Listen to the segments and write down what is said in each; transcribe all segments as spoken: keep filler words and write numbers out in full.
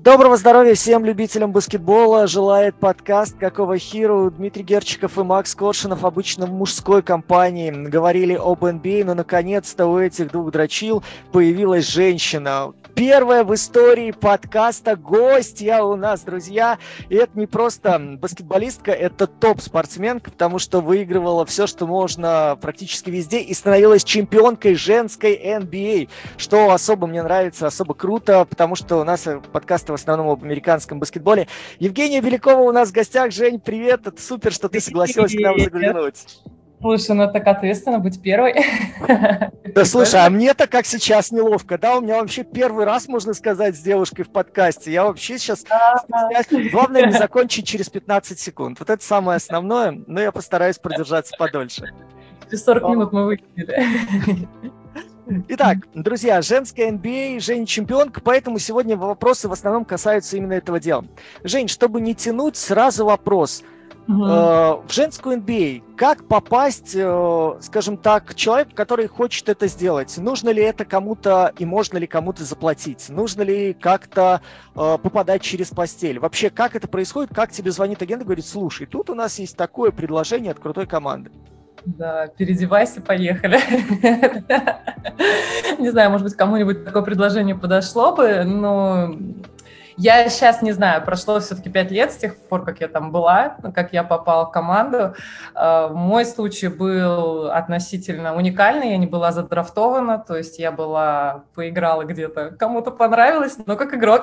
Доброго здоровья всем любителям баскетбола. Желает подкаст «Какого хиру». Дмитрий Герчиков и Макс Коршунов обычно в мужской компании говорили об эн би эй, но наконец-то у этих двух дрочил появилась женщина. Первая в истории подкаста гостья у нас, друзья. И это не просто баскетболистка, это топ-спортсменка, потому что выигрывала все, что можно практически везде, и становилась чемпионкой женской эн би эй, что особо мне нравится, особо круто, потому что у нас подкасты в основном об американском баскетболе. Евгения Белякова у нас в гостях. Жень, привет, это супер, что ты согласилась к нам заглянуть. Слушай, ну так ответственно быть первой. Да слушай, а мне-то как сейчас неловко, да? У меня вообще первый раз, можно сказать, с девушкой в подкасте. Я вообще сейчас... Главное не закончить через пятнадцать секунд. Вот это самое основное, но я постараюсь продержаться подольше. Через сорок минут мы выкинули. Итак, друзья, женская эн би эй, Женя чемпионка, поэтому сегодня вопросы в основном касаются именно этого дела. Жень, чтобы не тянуть, сразу вопрос. Угу. В женскую эн би эй как попасть, скажем так, человеку, который хочет это сделать? Нужно ли это кому-то и можно ли кому-то заплатить? Нужно ли как-то попадать через постель? Вообще, как это происходит? Как тебе звонит агент и говорит: слушай, тут у нас есть такое предложение от крутой команды? Да, переодевайся, поехали. Не знаю, может быть, кому-нибудь такое предложение подошло бы, но я сейчас не знаю, прошло все-таки пять лет с тех пор, как я там была, как я попала в команду. Мой случай был относительно уникальный, я не была задрафтована, то есть я была, поиграла где-то, кому-то понравилось, но как игрок.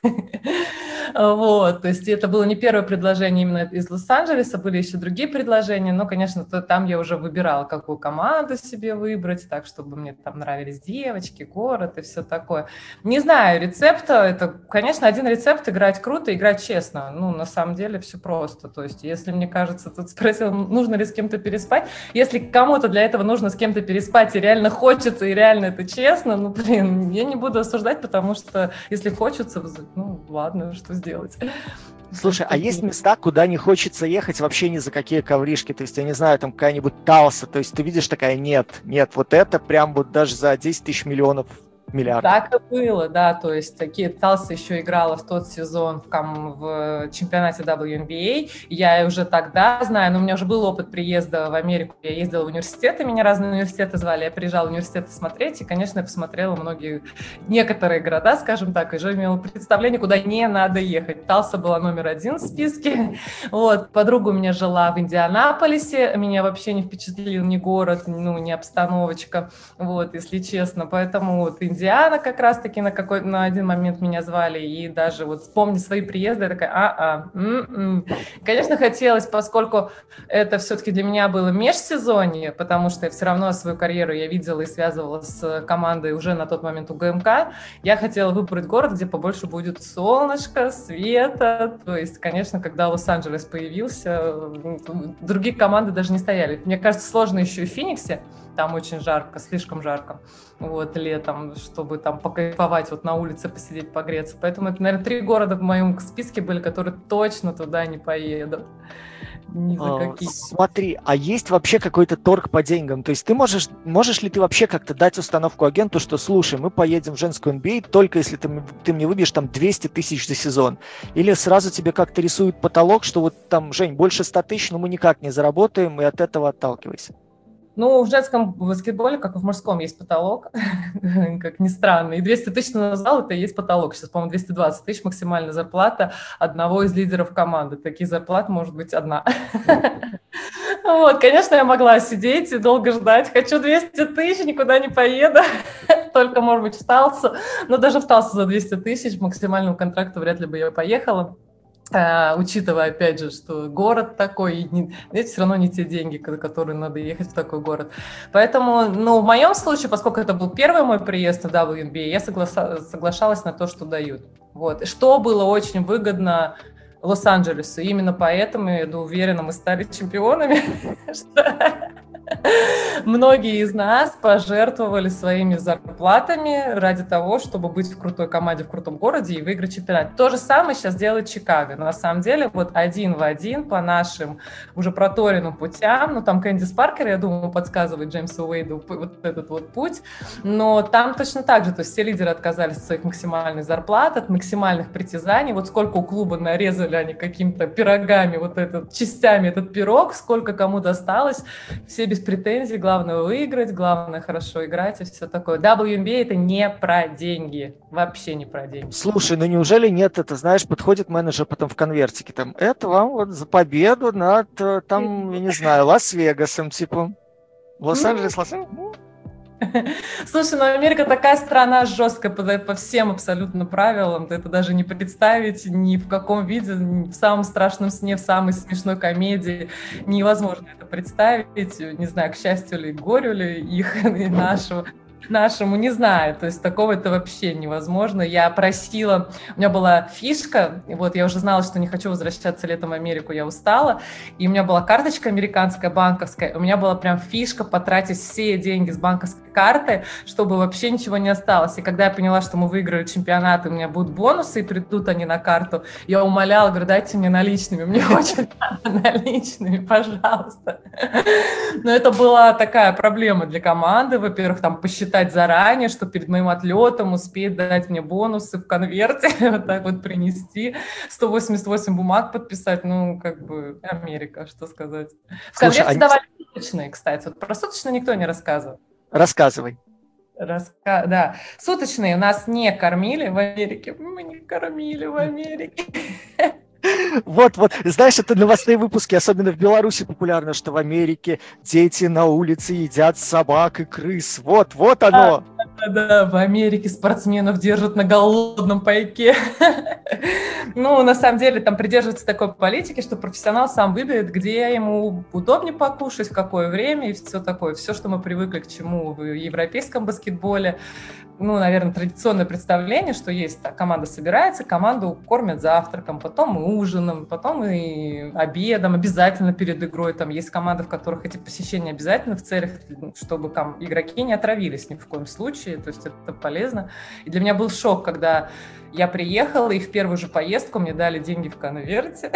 Вот, то есть это было не первое предложение именно из Лос-Анджелеса, были еще другие предложения, но, конечно, то, там я уже выбирала, какую команду себе выбрать, так, чтобы мне там нравились девочки, город и все такое. Не знаю рецепта, это, конечно, один рецепт — играть круто, играть честно. Ну, на самом деле все просто, то есть если, мне кажется, тут спросил, нужно ли с кем-то переспать, если кому-то для этого нужно с кем-то переспать и реально хочется, и реально это честно, ну, блин, я не буду осуждать, потому что если хочется, ну, ладно, что сделать. Слушай, а есть места, куда не хочется ехать вообще ни за какие ковришки? То есть, я не знаю, там какая-нибудь Талса, то есть ты видишь такая: нет, нет, вот это прям вот даже за десять тысяч миллионов миллиардов. Так и было, да, то есть такие Талса еще играла в тот сезон в, ком, в чемпионате дабл ю эн би эй, я уже тогда знаю, но у меня уже был опыт приезда в Америку, я ездила в университеты, меня разные университеты звали, я приезжала в университеты смотреть, и, конечно, я посмотрела многие, некоторые города, скажем так, и уже имела представление, куда не надо ехать. Талса была номер один в списке, вот, подруга у меня жила в Индианаполисе, меня вообще не впечатлил ни город, ну, ни обстановочка, вот, если честно, поэтому вот Индиана как раз-таки на какой на один момент меня звали, и даже вот вспомни свои приезды, я такая, а-а, м-м. Конечно, хотелось, поскольку это все-таки для меня было межсезонье, потому что я все равно свою карьеру я видела и связывала с командой уже на тот момент у гэ эм ка, я хотела выбрать город, где побольше будет солнышка, света, то есть, конечно, когда Лос-Анджелес появился, другие команды даже не стояли. Мне кажется, сложно еще и в Фениксе, там очень жарко, слишком жарко, вот, летом, чтобы там покайфовать, вот на улице посидеть, погреться. Поэтому это, наверное, три города в моем списке были, которые точно туда не поедут. Ни за какие. Смотри, а есть вообще какой-то торг по деньгам? То есть ты можешь, можешь ли ты вообще как-то дать установку агенту, что, слушай, мы поедем в женскую эн би эй только если ты, ты мне выбьешь там двести тысяч за сезон? Или сразу тебе как-то рисуют потолок, что вот там, Жень, больше ста тысяч, но мы никак не заработаем, и от этого отталкивайся? Ну, в женском баскетболе, как и в мужском, есть потолок, как ни странно. И двести тысяч назвал, это и есть потолок. Сейчас, по-моему, двести двадцать тысяч максимальная зарплата одного из лидеров команды. Такие зарплаты может быть одна. Вот, конечно, я могла сидеть и долго ждать. Хочу двести тысяч, никуда не поеду. Только, может быть, в Талсу. Но даже в Талсу за двести тысяч максимального контракта вряд ли бы я поехала. Uh, учитывая, опять же, что город такой, и не, это все равно не те деньги, которые надо ехать в такой город. Поэтому, ну, в моем случае, поскольку это был первый мой приезд в дабл ю эн би эй, я согла- соглашалась на то, что дают. Вот. Что было очень выгодно Лос-Анджелесу. Именно поэтому, я уверена, мы стали чемпионами. многие из нас пожертвовали своими зарплатами ради того, чтобы быть в крутой команде, в крутом городе и выиграть чемпионат. То же самое сейчас делает Чикаго. На самом деле, вот один в один по нашим уже проторенным путям, ну, там Кэндис Паркер, я думаю, подсказывает Джеймсу Уэйду вот этот вот путь, но там точно так же, то есть все лидеры отказались от своих максимальных зарплат, от максимальных притязаний, вот сколько у клуба нарезали они какими-то пирогами, вот этот, частями этот пирог, сколько кому досталось, все без претензий, главное выиграть, главное хорошо играть и все такое. дабл ю эн би эй это не про деньги, вообще не про деньги. Слушай, ну неужели нет, это, знаешь, подходит менеджер потом в конвертике, там, это вам вот за победу над, там, я не знаю, Лас-Вегасом, типа, Лос-Анджелес, Лос-Анджелес. Слушай, ну Америка такая страна жесткая по, по всем абсолютно правилам, это даже не представить ни в каком виде, ни в самом страшном сне, в самой смешной комедии невозможно это представить, не знаю, к счастью ли, к горю ли их и нашего. Нашему, не знаю, то есть такого это вообще невозможно. Я просила, у меня была фишка, вот я уже знала, что не хочу возвращаться летом в Америку, я устала, и у меня была карточка американская, банковская, у меня была прям фишка потратить все деньги с банковской карты, чтобы вообще ничего не осталось. И когда я поняла, что мы выиграли чемпионат, и у меня будут бонусы, и придут они на карту, я умоляла, говорю, дайте мне наличными, мне очень надо наличными, пожалуйста. Но это была такая проблема для команды, во-первых, там посчитать заранее, что перед моим отлетом успеет дать мне бонусы в конверте, вот так вот принести, сто восемьдесят восемь бумаг подписать, ну, как бы, Америка, что сказать. В Слушай, конверте они... давали суточные, кстати, вот про суточные никто не рассказывал. Рассказывай. Раска... Да, суточные у нас не кормили в Америке, мы не кормили в Америке. Вот, вот, знаешь, это новостные выпуски, особенно в Беларуси популярно, что в Америке дети на улице едят собак и крыс. Вот, вот оно. Да, да, да, в Америке спортсменов держат на голодном пайке. Ну, на самом деле, там придерживаются такой политики, что профессионал сам выберет, где ему удобнее покушать, в какое время и все такое. Все, что мы привыкли к чему в европейском баскетболе. Ну, наверное, традиционное представление, что есть так, команда собирается, команду кормят завтраком, потом и ужином, потом и обедом, обязательно перед игрой. Там есть команды, в которых эти посещения обязательно в целях, чтобы там игроки не отравились ни в коем случае, то есть это полезно. И для меня был шок, когда я приехала, и в первую же поездку мне дали деньги в конверте.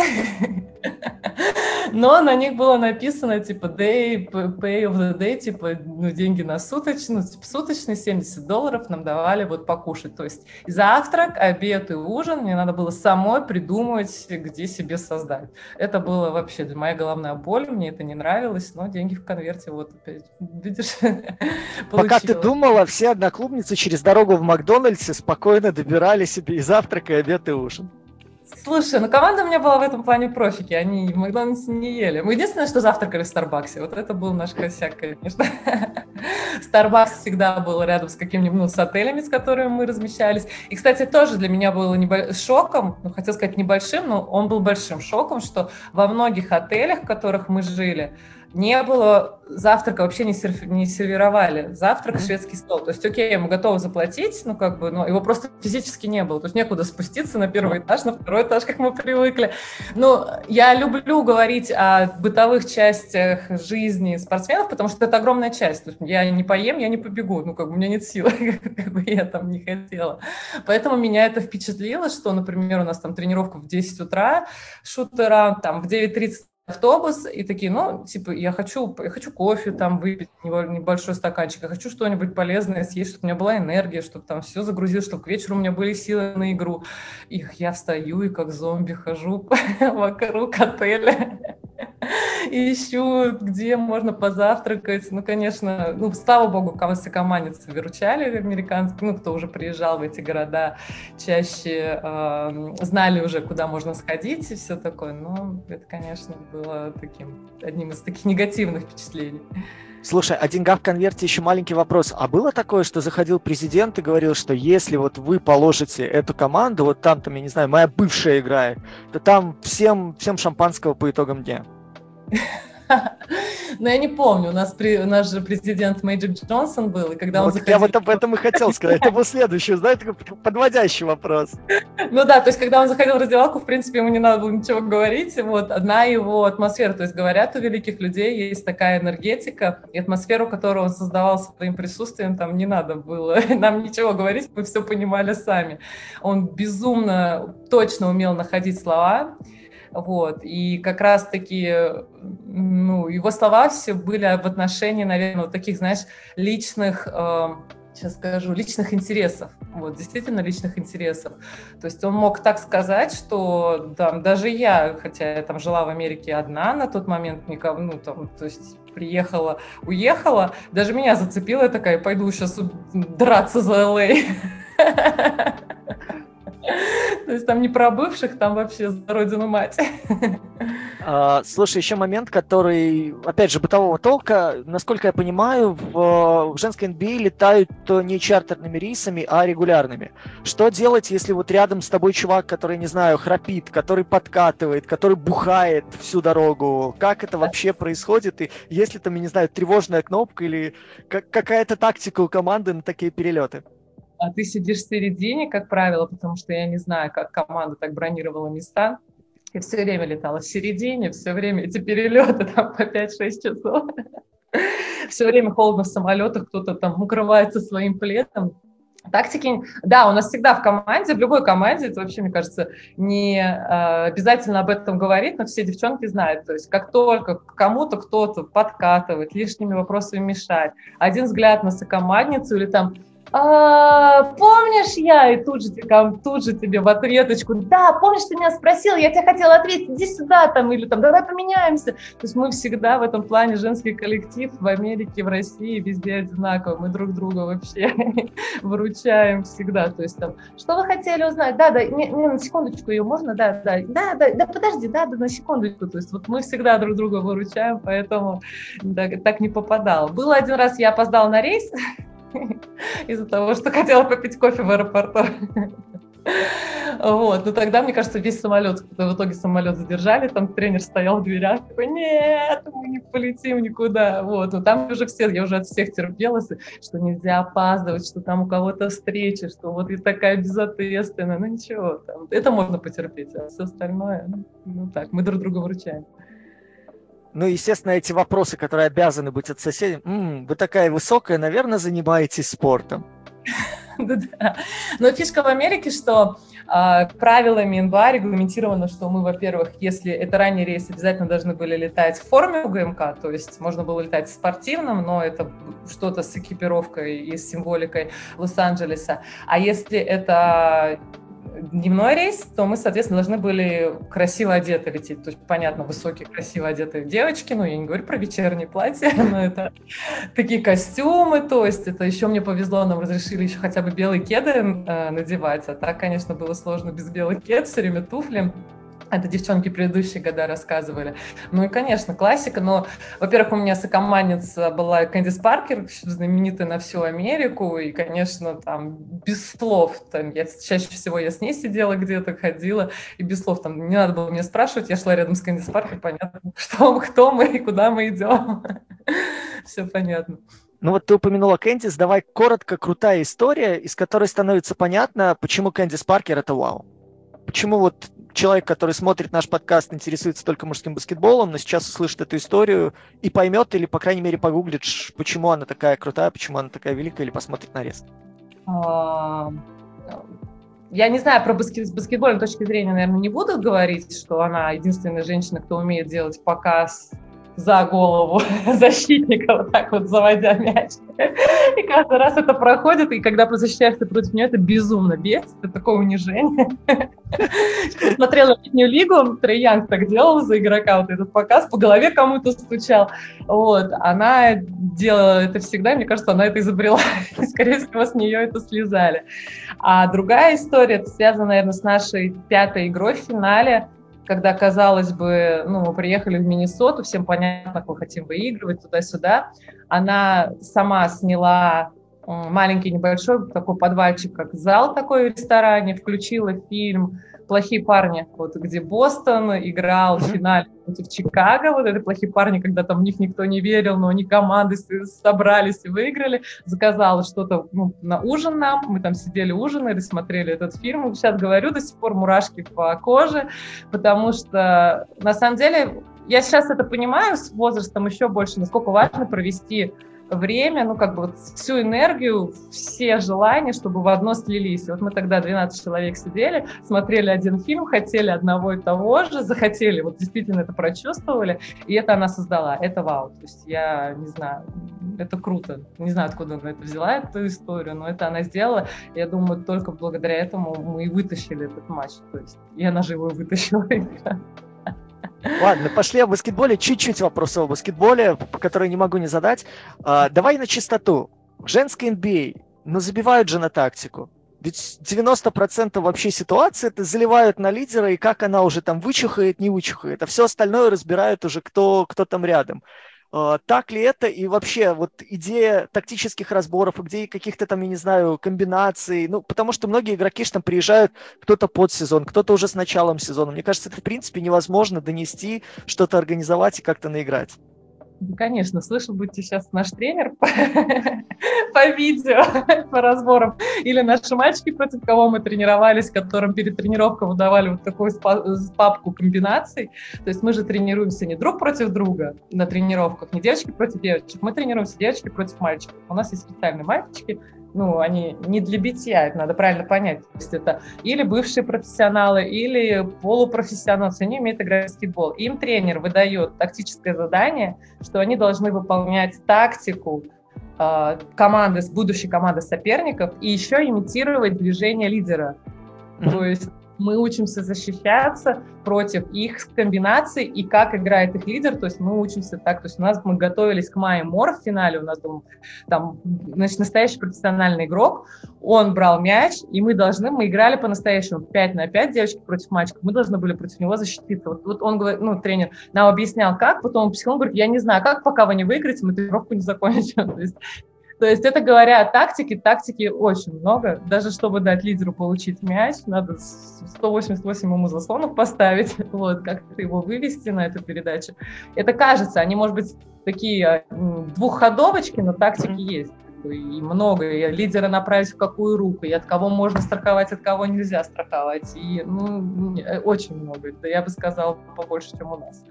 Но на них было написано, типа, day, pay of the day, типа, ну, деньги на суточный, ну, типа, суточный, семьдесят долларов нам давали вот покушать. То есть завтрак, обед и ужин мне надо было самой придумать, где себе создать. Это было вообще для моя головная боль, мне это не нравилось, но деньги в конверте, вот опять, видишь, Пока ты думала, все одноклубницы через дорогу в Макдональдсе спокойно добирали себе и завтрак, и обед, и ужин. Слушай, ну команда у меня была в этом плане профики, они в Макдональдсе не ели. Мы единственное, что завтракали в Старбаксе, вот это был наш косяк, конечно. Старбакс всегда был рядом с каким-нибудь, ну, с отелями, с которыми мы размещались. И, кстати, тоже для меня было небо... шоком, ну, хотел сказать небольшим, но он был большим шоком, что во многих отелях, в которых мы жили, не было завтрака, вообще не, серв... не сервировали. Завтрак, mm-hmm. шведский стол. То есть, окей, мы готовы заплатить, ну, как бы, но его просто физически не было. То есть, некуда спуститься на первый этаж, на второй этаж, как мы привыкли. Ну, я люблю говорить о бытовых частях жизни спортсменов, потому что это огромная часть. То есть, я не поем, я не побегу. Ну, как бы, у меня нет силы, как бы я там не хотела. Поэтому меня это впечатлило, что, например, у нас там тренировка в десять утра, шутера, там, в девять тридцать автобус, и такие, ну, типа, я хочу, я хочу кофе там выпить, небольшой стаканчик, я хочу что-нибудь полезное съесть, чтобы у меня была энергия, чтобы там все загрузилось, чтобы к вечеру у меня были силы на игру. И я встаю и как зомби хожу вокруг отеля, ищу, где можно позавтракать. Ну, конечно, ну, слава богу, высокоманец выручали американские, ну, кто уже приезжал в эти города, чаще э, знали уже, куда можно сходить и все такое. Но это, конечно, было таким, одним из таких негативных впечатлений. Слушай, о деньгах в конверте еще маленький вопрос. А было такое, что заходил президент и говорил, что если вот вы положите эту команду, вот там, там, я не знаю, моя бывшая играет, то там всем, всем шампанского по итогам дня? Но я не помню, у нас, при, у нас же президент Мэджик Джонсон был, и когда ну, он вот заходил... Я вот об этом и хотел сказать, это был следующий, знаете, подводящий вопрос. Ну да, то есть когда он заходил в раздевалку, в принципе, ему не надо было ничего говорить, вот, одна его атмосфера, то есть говорят, у великих людей есть такая энергетика, и атмосферу, которую он создавал своим присутствием, там не надо было нам ничего говорить, мы все понимали сами. Он безумно точно умел находить слова, вот, и как раз-таки, ну, его слова все были в отношении, наверное, вот таких, знаешь, личных, э, сейчас скажу, личных интересов, вот, действительно личных интересов. То есть он мог так сказать, что там, даже я, хотя я там жила в Америке одна на тот момент, никого, ну, там, то есть приехала, уехала, даже меня зацепила, я такая, пойду сейчас драться за эл эй. То есть там не про бывших, там вообще за родину мать. А, слушай, еще момент, который, опять же, бытового толка. Насколько я понимаю, в, в женской эн би эй летают не чартерными рейсами, а регулярными. Что делать, если вот рядом с тобой чувак, который, не знаю, храпит, который подкатывает, который бухает всю дорогу? Как это вообще происходит? И есть ли там, я не знаю, тревожная кнопка или как, какая-то тактика у команды на такие перелеты? А ты сидишь в середине, как правило, потому что я не знаю, как команда так бронировала места. Я все время летала в середине, все время эти перелеты там по пять-шесть часов. Все время холодно в самолетах, кто-то там укрывается своим пледом. Тактики, да, у нас всегда в команде, в любой команде, это вообще, мне кажется, не э, обязательно об этом говорить, но все девчонки знают, то есть как только кому-то кто-то подкатывает, лишними вопросами мешает, один взгляд на сокомандницу или там А, помнишь я? И тут же, тут же тебе в ответочку, да, помнишь, ты меня спросил, я тебе хотела ответить, иди сюда, там, или там, давай поменяемся. То есть мы всегда в этом плане женский коллектив в Америке, в России, везде одинаково, мы друг друга вообще выручаем всегда. То есть там, что вы хотели узнать? Да, да, не, не, на секундочку ее можно? Да, да, да, да, да, подожди, да, да, на секундочку. То есть вот мы всегда друг друга выручаем, поэтому да, так не попадало. Было один раз, я опоздала на рейс, из-за того, что хотела попить кофе в аэропорту. Вот, но тогда, мне кажется, весь самолет, в итоге самолет задержали, там тренер стоял в дверях, такой, нет, мы не полетим никуда, вот, но там уже все, я уже от всех терпелась, что нельзя опаздывать, что там у кого-то встреча, что вот и такая безответственная, ну ничего, там, это можно потерпеть, а все остальное, ну, ну так, мы друг друга выручаем. Ну, естественно, эти вопросы, которые обязаны быть от соседей. М-м, вы такая высокая, наверное, занимаетесь спортом. Да. Но фишка в Америке, что э, правилами эн бэ а регламентировано, что мы, во-первых, если это ранний рейс, обязательно должны были летать в форме у гэ эм ка, то есть можно было летать в спортивном, но это что-то с экипировкой и с символикой Лос-Анджелеса. А если это дневной рейс, то мы, соответственно, должны были красиво одеты лететь. То есть, понятно, высокие, красиво одетые девочки, ну, я не говорю про вечерние платья, но это такие костюмы, то есть это еще мне повезло, нам разрешили еще хотя бы белые кеды э, надевать, а так, конечно, было сложно без белых кед, все время туфли. Это девчонки предыдущие года рассказывали. Ну и, конечно, классика. Но, во-первых, у меня сокомандница была Кэндис Паркер, знаменитая на всю Америку. И, конечно, там без слов. Там, я, чаще всего я с ней сидела где-то, ходила. И без слов там не надо было меня спрашивать. Я шла рядом с Кэндис Паркер, понятно, что, кто мы и куда мы идем. Все понятно. Ну вот ты упомянула Кэндис. Давай коротко, крутая история, из которой становится понятно, почему Кэндис Паркер – это вау. Почему вот человек, который смотрит наш подкаст, интересуется только мужским баскетболом, но сейчас услышит эту историю и поймет, или, по крайней мере, погуглит, почему она такая крутая, почему она такая великая, или посмотрит нарез. Я не знаю, про баскет, с баскетбольной точки зрения, наверное, не буду говорить, что она единственная женщина, кто умеет делать показ за голову защитника, вот так вот заводя мяч. И каждый раз это проходит, и когда защищаешься против нее, это безумно бесит, это такое унижение. Смотрела летнюю лигу, Трей Янг так делал за игрока, вот этот показ, по голове кому-то стучал. Вот, она делала это всегда, мне кажется, она это изобрела. Скорее всего, с нее это слезали. А другая история, это связана, наверное, с нашей пятой игрой в финале, когда, казалось бы, ну, мы приехали в Миннесоту, всем понятно, как мы хотим выигрывать, туда-сюда. Она сама сняла маленький небольшой такой подвальчик, как зал такой в ресторане, включила фильм «Плохие парни», вот где Бостон играл в финале против Чикаго, вот это «Плохие парни», когда там в них никто не верил, но они команды собрались и выиграли, заказала что-то ну, на ужин нам, мы там сидели ужинали, смотрели этот фильм, сейчас говорю, до сих пор мурашки по коже, потому что на самом деле я сейчас это понимаю с возрастом еще больше, насколько важно провести время, ну, как бы вот всю энергию, все желания, чтобы в одно слились. И вот мы тогда двенадцать человек сидели, смотрели один фильм, хотели одного и того же, захотели, вот действительно это прочувствовали, и это она создала. Это вау. То есть я не знаю, это круто. Не знаю, откуда она это взяла, эту историю, но это она сделала. Я думаю, только благодаря этому мы и вытащили этот матч. То есть и она же его вытащила. Ладно, пошли о баскетболе. Чуть-чуть вопросов о баскетболе, которые не могу не задать. А, давай на чистоту. В женской эн би эй, ну, забивают же на тактику. Ведь девяносто процентов вообще ситуации это заливают на лидера, и как она уже там вычухает, не вычухает. А все остальное разбирают уже, кто, кто там рядом. Uh, так ли это? И вообще вот идея тактических разборов, идея каких-то там, я не знаю, комбинаций, ну, потому что многие игроки же там приезжают, кто-то под сезон, кто-то уже с началом сезона. Мне кажется, это в принципе невозможно донести, что-то организовать и как-то наиграть. Конечно, слышал, будете сейчас наш тренер по, по видео, по разборам, или наши мальчики, против кого мы тренировались, которым перед тренировкой выдавали вот такую папку комбинаций. То есть мы же тренируемся не друг против друга на тренировках, не девочки против девочек, мы тренируемся девочки против мальчиков. У нас есть специальные мальчики, ну, они не для битья, это надо правильно понять. То есть это или бывшие профессионалы, или полупрофессионалы, они умеют играть в баскетбол. Им тренер выдает тактическое задание, что они должны выполнять тактику э, команды, будущей команды соперников, и еще имитировать движение лидера. Mm-hmm. То есть мы учимся защищаться против их комбинаций и как играет их лидер, то есть мы учимся так, то есть у нас мы готовились к Майе Мор в финале, у нас был там, значит, настоящий профессиональный игрок, он брал мяч, и мы должны, мы играли по-настоящему пять на пять, девочки против мальчиков, мы должны были против него защититься. Вот, вот он говорит, ну, тренер нам объяснял, как, потом он психолог говорит, я не знаю, как, пока вы не выиграете, мы тренировку не закончим. То есть, То есть это говоря о тактике, тактики очень много. Даже чтобы дать лидеру получить мяч, надо сто восемьдесят восемь ему заслонов поставить, вот, как-то его вывести на эту передачу. Это кажется, они, может быть, такие двухходовочки, но тактики mm-hmm. есть. И много, и лидера направить в какую руку, и от кого можно страховать, от кого нельзя страховать. И, ну, очень много. Да я бы сказала, побольше, чем у нас.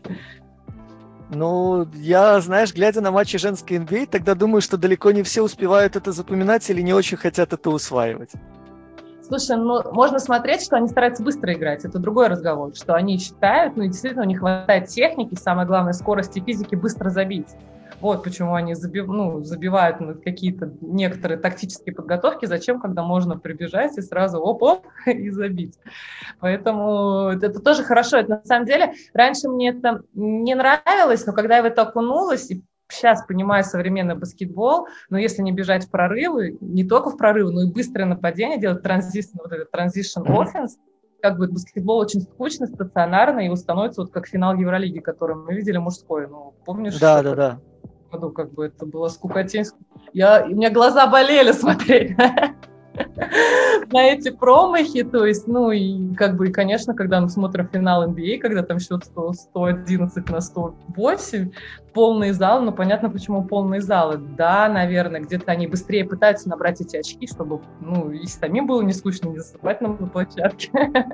Ну, я, знаешь, глядя на матчи женской эн би эй, тогда думаю, что далеко не все успевают это запоминать или не очень хотят это усваивать. Слушай, ну, можно смотреть, что они стараются быстро играть, это другой разговор, что они считают, ну, и действительно у них хватает техники, самое главное, скорости и физики быстро забить. Вот почему они забив, ну, забивают на какие-то некоторые тактические подготовки. Зачем, когда можно прибежать и сразу оп-оп и забить. Поэтому это тоже хорошо. Это, на самом деле, раньше мне это не нравилось, но когда я в это окунулась, и сейчас понимаю современный баскетбол, но если не бежать в прорывы, не только в прорывы, но и быстрое нападение, делать транзишн, вот этот transition offense, как бы баскетбол очень скучный, стационарный, и вот становится вот как финал Евролиги, который мы видели мужской. Ну, помнишь? Да, да, да. Году, как бы это было скукотень. Я, у меня глаза болели смотреть на эти промахи, то есть, ну, и как бы, и, конечно, когда мы смотрим финал эн би эй, когда там счет сто одиннадцать на сто восемь, полный зал, ну, понятно, почему полные залы. Да, наверное, где-то они быстрее пытаются набрать эти очки, чтобы, ну, и самим было не скучно, не засыпать нам на площадке.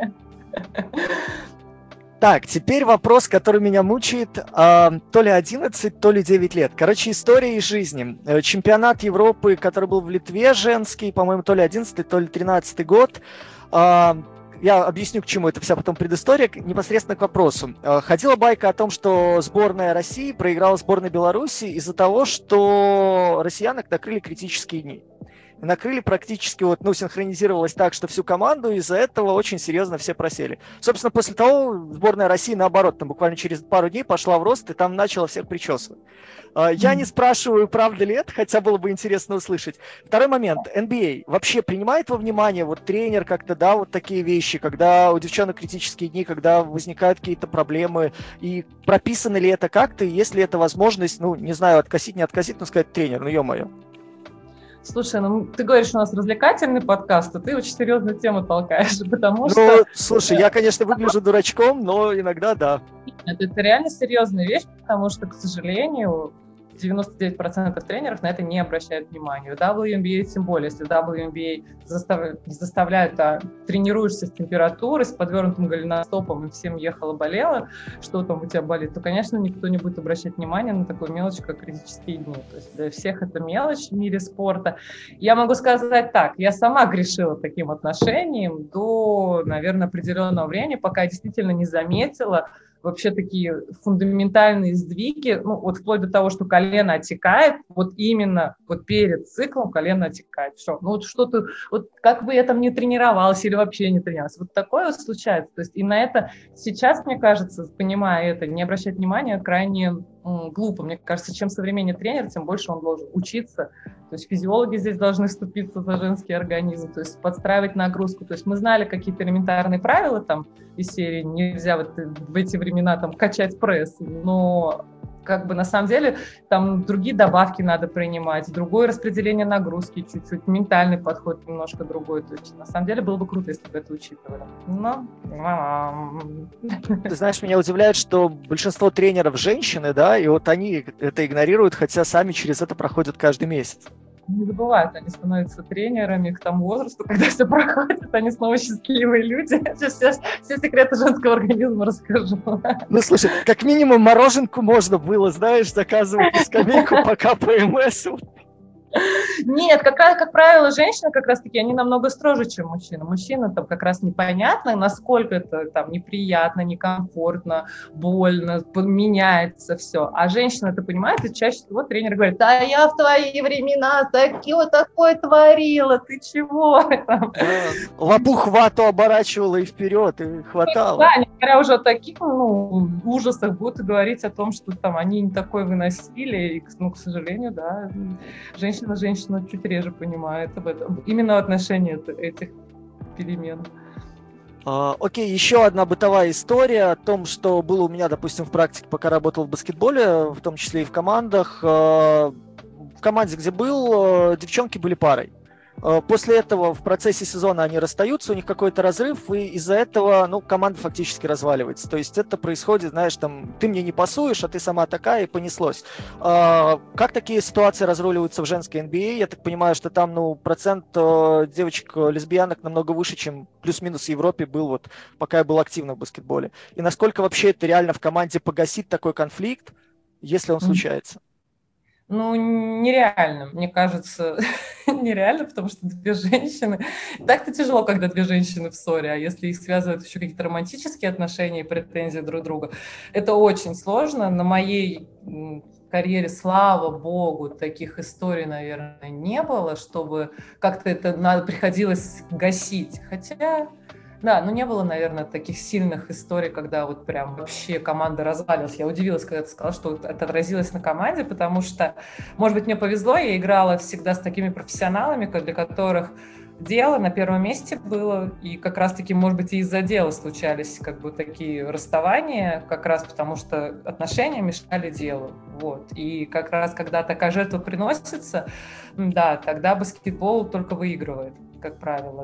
Так, теперь вопрос, который меня мучает, э, то ли одиннадцать, то ли девять лет. Короче, история из жизни. Чемпионат Европы, который был в Литве, женский, по-моему, то ли одиннадцатый, то ли тринадцатый год. Э, я объясню, к чему это вся потом предыстория, непосредственно к вопросу. Э, ходила байка о том, что сборная России проиграла сборной Беларуси из-за того, что россиянок накрыли критические дни. Накрыли практически, вот, ну, синхронизировалось так, что всю команду, из-за этого очень серьезно все просели. Собственно, после того сборная России, наоборот, там буквально через пару дней пошла в рост и там начала всех причесывать. Я не спрашиваю, правда ли это, хотя было бы интересно услышать. Второй момент. эн би эй вообще принимает во внимание, вот тренер как-то, да, вот такие вещи, когда у девчонок критические дни, когда возникают какие-то проблемы, и прописано ли это как-то, и есть ли это возможность, ну, не знаю, откосить, не откосить, но сказать, тренер, ну, ё-моё. Слушай, ну ты говоришь, у нас развлекательный подкаст, а ты очень серьезную тему толкаешь, потому ну, что... Ну, слушай, я, конечно, выгляжу дурачком, но иногда да. Это, это реально серьезная вещь, потому что, к сожалению, девяносто девять процентов тренеров на это не обращают внимания. В дабл ю эн би эй тем более, если в дабл ю эн би эй застав... не заставляют, а тренируешься с температурой, с подвернутым голеностопом, и всем ехало-болело, что там у тебя болит, то, конечно, никто не будет обращать внимание на такую мелочь, как критические дни. То есть для всех это мелочь в мире спорта. Я могу сказать так, я сама грешила таким отношением до, наверное, определенного времени, пока я действительно не заметила вообще такие фундаментальные сдвиги, ну, вот вплоть до того, что колено отекает, вот именно вот перед циклом колено отекает. Все. Ну, вот что-то, вот как бы я там не тренировалась или вообще не тренировалась, вот такое вот случается. То есть и на это сейчас, мне кажется, понимая это, не обращать внимания крайне м, глупо. Мне кажется, чем современнее тренер, тем больше он должен учиться. То есть физиологи здесь должны вступиться за женский организм, то есть подстраивать нагрузку. То есть мы знали какие-то элементарные правила там из серии, нельзя вот в эти времена там качать пресс, но как бы на самом деле там другие добавки надо принимать, другое распределение нагрузки чуть-чуть, ментальный подход немножко другой. То есть на самом деле было бы круто, если бы это учитывали. Но... Ты знаешь, меня удивляет, что большинство тренеров женщины, да, и вот они это игнорируют, хотя сами через это проходят каждый месяц. Не забывают, они становятся тренерами к тому возрасту, когда все проходит, они снова счастливые люди. Все, все секреты женского организма расскажу. Ну, слушай, как минимум мороженку можно было, знаешь, заказывать на скамейку, пока ПМС. Нет, как, как правило, женщины как раз-таки, они намного строже, чем мужчины. Мужчина там как раз непонятно, насколько это там неприятно, некомфортно, больно, меняется все. А женщина, ты понимаешь, и чаще всего тренер говорит: да я в твои времена таки, вот такое творила, ты чего? Да. Лопух вату оборачивала и вперед, и хватало. Да, не говоря уже о таких ну, ужасах, будут говорить о том, что там они не такое выносили, и, ну, к сожалению, да, женщины женщина чуть реже понимает об этом, именно в отношении этих перемен. Uh, окей, okay, еще одна бытовая история о том, что было у меня, допустим, в практике, пока работал в баскетболе, в том числе и в командах. Uh, в команде, где был, uh, девчонки были парой. После этого в процессе сезона они расстаются, у них какой-то разрыв, и из-за этого, ну, команда фактически разваливается. То есть это происходит, знаешь, там, ты мне не пасуешь, а ты сама такая, и понеслось. А, как такие ситуации разруливаются в женской эн би эй? Я так понимаю, что там, ну, процент девочек-лесбиянок намного выше, чем плюс-минус в Европе был, вот, пока я был активно в баскетболе. И насколько вообще это реально в команде погасит такой конфликт, если он mm-hmm. случается? Ну, нереально, мне кажется, нереально, потому что две женщины... Так-то тяжело, когда две женщины в ссоре, а если их связывают еще какие-то романтические отношения и претензии друг друга, это очень сложно. На моей карьере, слава богу, таких историй, наверное, не было, чтобы как-то это надо, приходилось гасить. Хотя... Да, но не было, наверное, таких сильных историй, когда вот прям вообще команда развалилась. Я удивилась, когда ты сказала, что это отразилось на команде, потому что, может быть, мне повезло, я играла всегда с такими профессионалами, для которых дело на первом месте было, и как раз-таки, может быть, и из-за дела случались как бы такие расставания, как раз потому что отношения мешали делу. Вот. И как раз, когда такая жертва приносится, да, тогда баскетбол только выигрывает, как правило.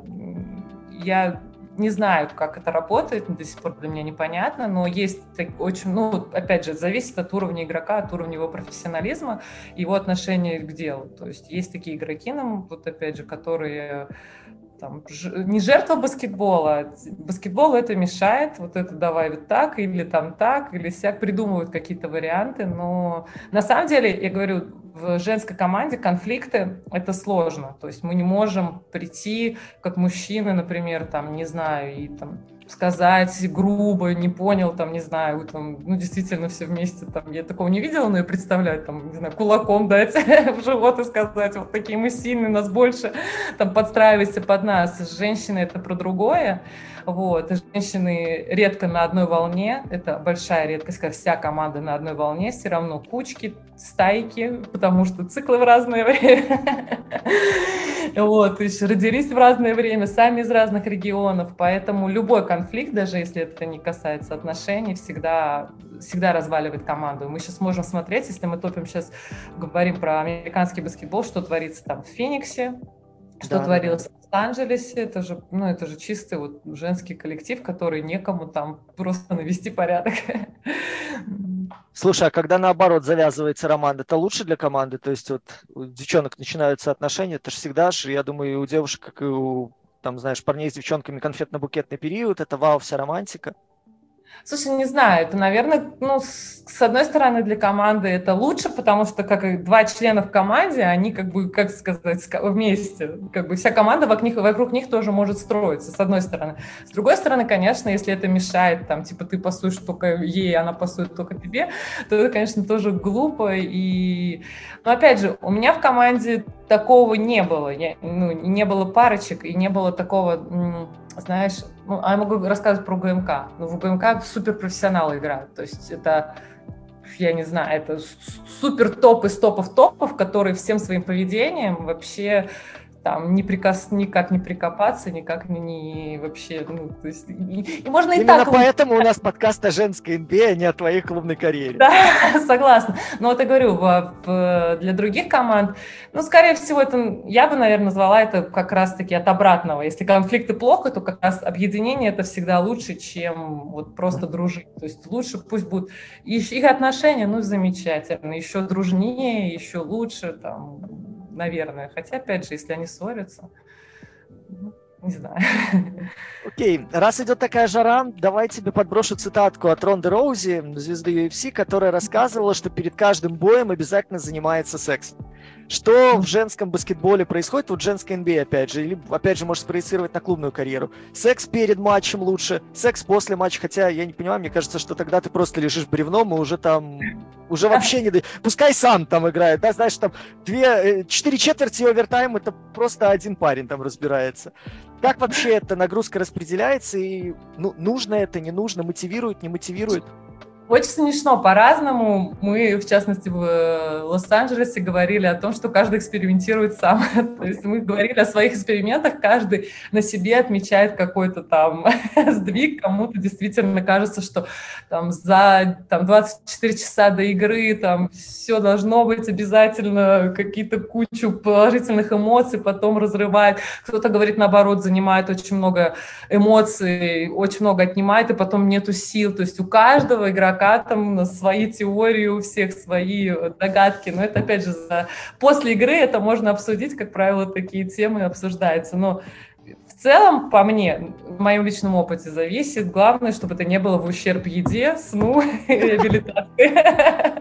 Я не знаю, как это работает, до сих пор для меня непонятно, но есть очень, ну, опять же, зависит от уровня игрока, от уровня его профессионализма, его отношения к делу. То есть есть такие игроки, нам, вот опять же, которые там, ж, не жертва баскетбола, баскетбол это мешает, вот это давай вот так, или там так, или сяк, придумывают какие-то варианты, но на самом деле, я говорю, в женской команде конфликты – это сложно, то есть мы не можем прийти, как мужчины, например, там, не знаю, и там сказать грубо, не понял, там, не знаю, там, ну, действительно, все вместе, там, я такого не видела, но я представляю, там, не знаю, кулаком дать в живот и сказать, вот такие мы сильные, нас больше, там, подстраивайся под нас. Женщины – это про другое, вот, женщины редко на одной волне, это большая редкость, когда вся команда на одной волне, все равно кучки, стайки, потому что циклы в разное время, вот, еще родились в разное время, сами из разных регионов, поэтому любой конфликт, даже если это не касается отношений, всегда всегда разваливает команду. Мы сейчас можем смотреть, если мы топим сейчас, говорим про американский баскетбол, что творится там в Фениксе, что да, творилось да. в Лос-Анджелесе, это же, ну, это же чистый вот женский коллектив, который некому там просто навести порядок. Слушай, а когда наоборот завязывается роман, это лучше для команды? То есть вот у девчонок начинаются отношения, это же всегда же, я думаю, и у девушек, как и у, там, знаешь, парней с девчонками конфетно-букетный период, это вау, вся романтика. Слушай, не знаю, это, наверное, ну, с, с одной стороны, для команды это лучше, потому что как и два члена в команде, они как бы, как сказать, вместе, как бы вся команда вокруг них, вокруг них тоже может строиться, с одной стороны. С другой стороны, конечно, если это мешает, там, типа, ты пасуешь только ей, она пасует только тебе, то это, конечно, тоже глупо. И... Но, опять же, у меня в команде такого не было, я, ну, не было парочек и не было такого... Знаешь, ну, я могу рассказывать про ГМК. Но в ГМК суперпрофессионалы играют. То есть это, я не знаю, это супер топ из топов топов, которые всем своим поведением вообще там не прикас, никак не прикопаться, никак не, не вообще, ну, то есть, и, и можно и Именно так... поэтому у нас подкаст о женской эн би эй, а не о твоей клубной карьере. Да, согласна. Но вот я говорю, в, в, для других команд, ну, скорее всего, это, я бы, наверное, назвала это как раз-таки от обратного. Если конфликты плохо, то как раз объединение это всегда лучше, чем вот просто дружить. То есть лучше пусть будут их отношения, ну, замечательно, еще дружнее, еще лучше, там, наверное. Хотя, опять же, если они ссорятся, ну, не знаю. Окей, okay. Раз идет такая жара, давай тебе подброшу цитатку от Ронды Роузи, звезды ю эф си, которая рассказывала, что перед каждым боем обязательно занимается сексом. Что в женском баскетболе происходит, вот в женской эн би эй, опять же, или, опять же, можешь спроецировать на клубную карьеру. Секс перед матчем лучше, секс после матча, хотя, я не понимаю, мне кажется, что тогда ты просто лежишь бревном и уже там, уже вообще не... Пускай сам там играет, да, знаешь, там две, четыре четверти овертайм, это просто один парень там разбирается. Как вообще эта нагрузка распределяется и ну, нужно это, не нужно, мотивирует, не мотивирует? Очень смешно, по-разному. Мы, в частности, в Лос-Анджелесе говорили о том, что каждый экспериментирует сам. То есть мы говорили о своих экспериментах, каждый на себе отмечает какой-то там сдвиг. Кому-то действительно кажется, что там за там, двадцать четыре часа до игры там все должно быть обязательно, какие-то кучу положительных эмоций, потом разрывает. Кто-то говорит, наоборот, занимает очень много эмоций, очень много отнимает, и потом нету сил. То есть у каждого игрока там свои теории, у всех свои догадки, но это, опять же, за... после игры это можно обсудить, как правило, такие темы обсуждаются, но в целом, по мне, в моем личном опыте зависит, главное, чтобы это не было в ущерб еде, сну и реабилитации.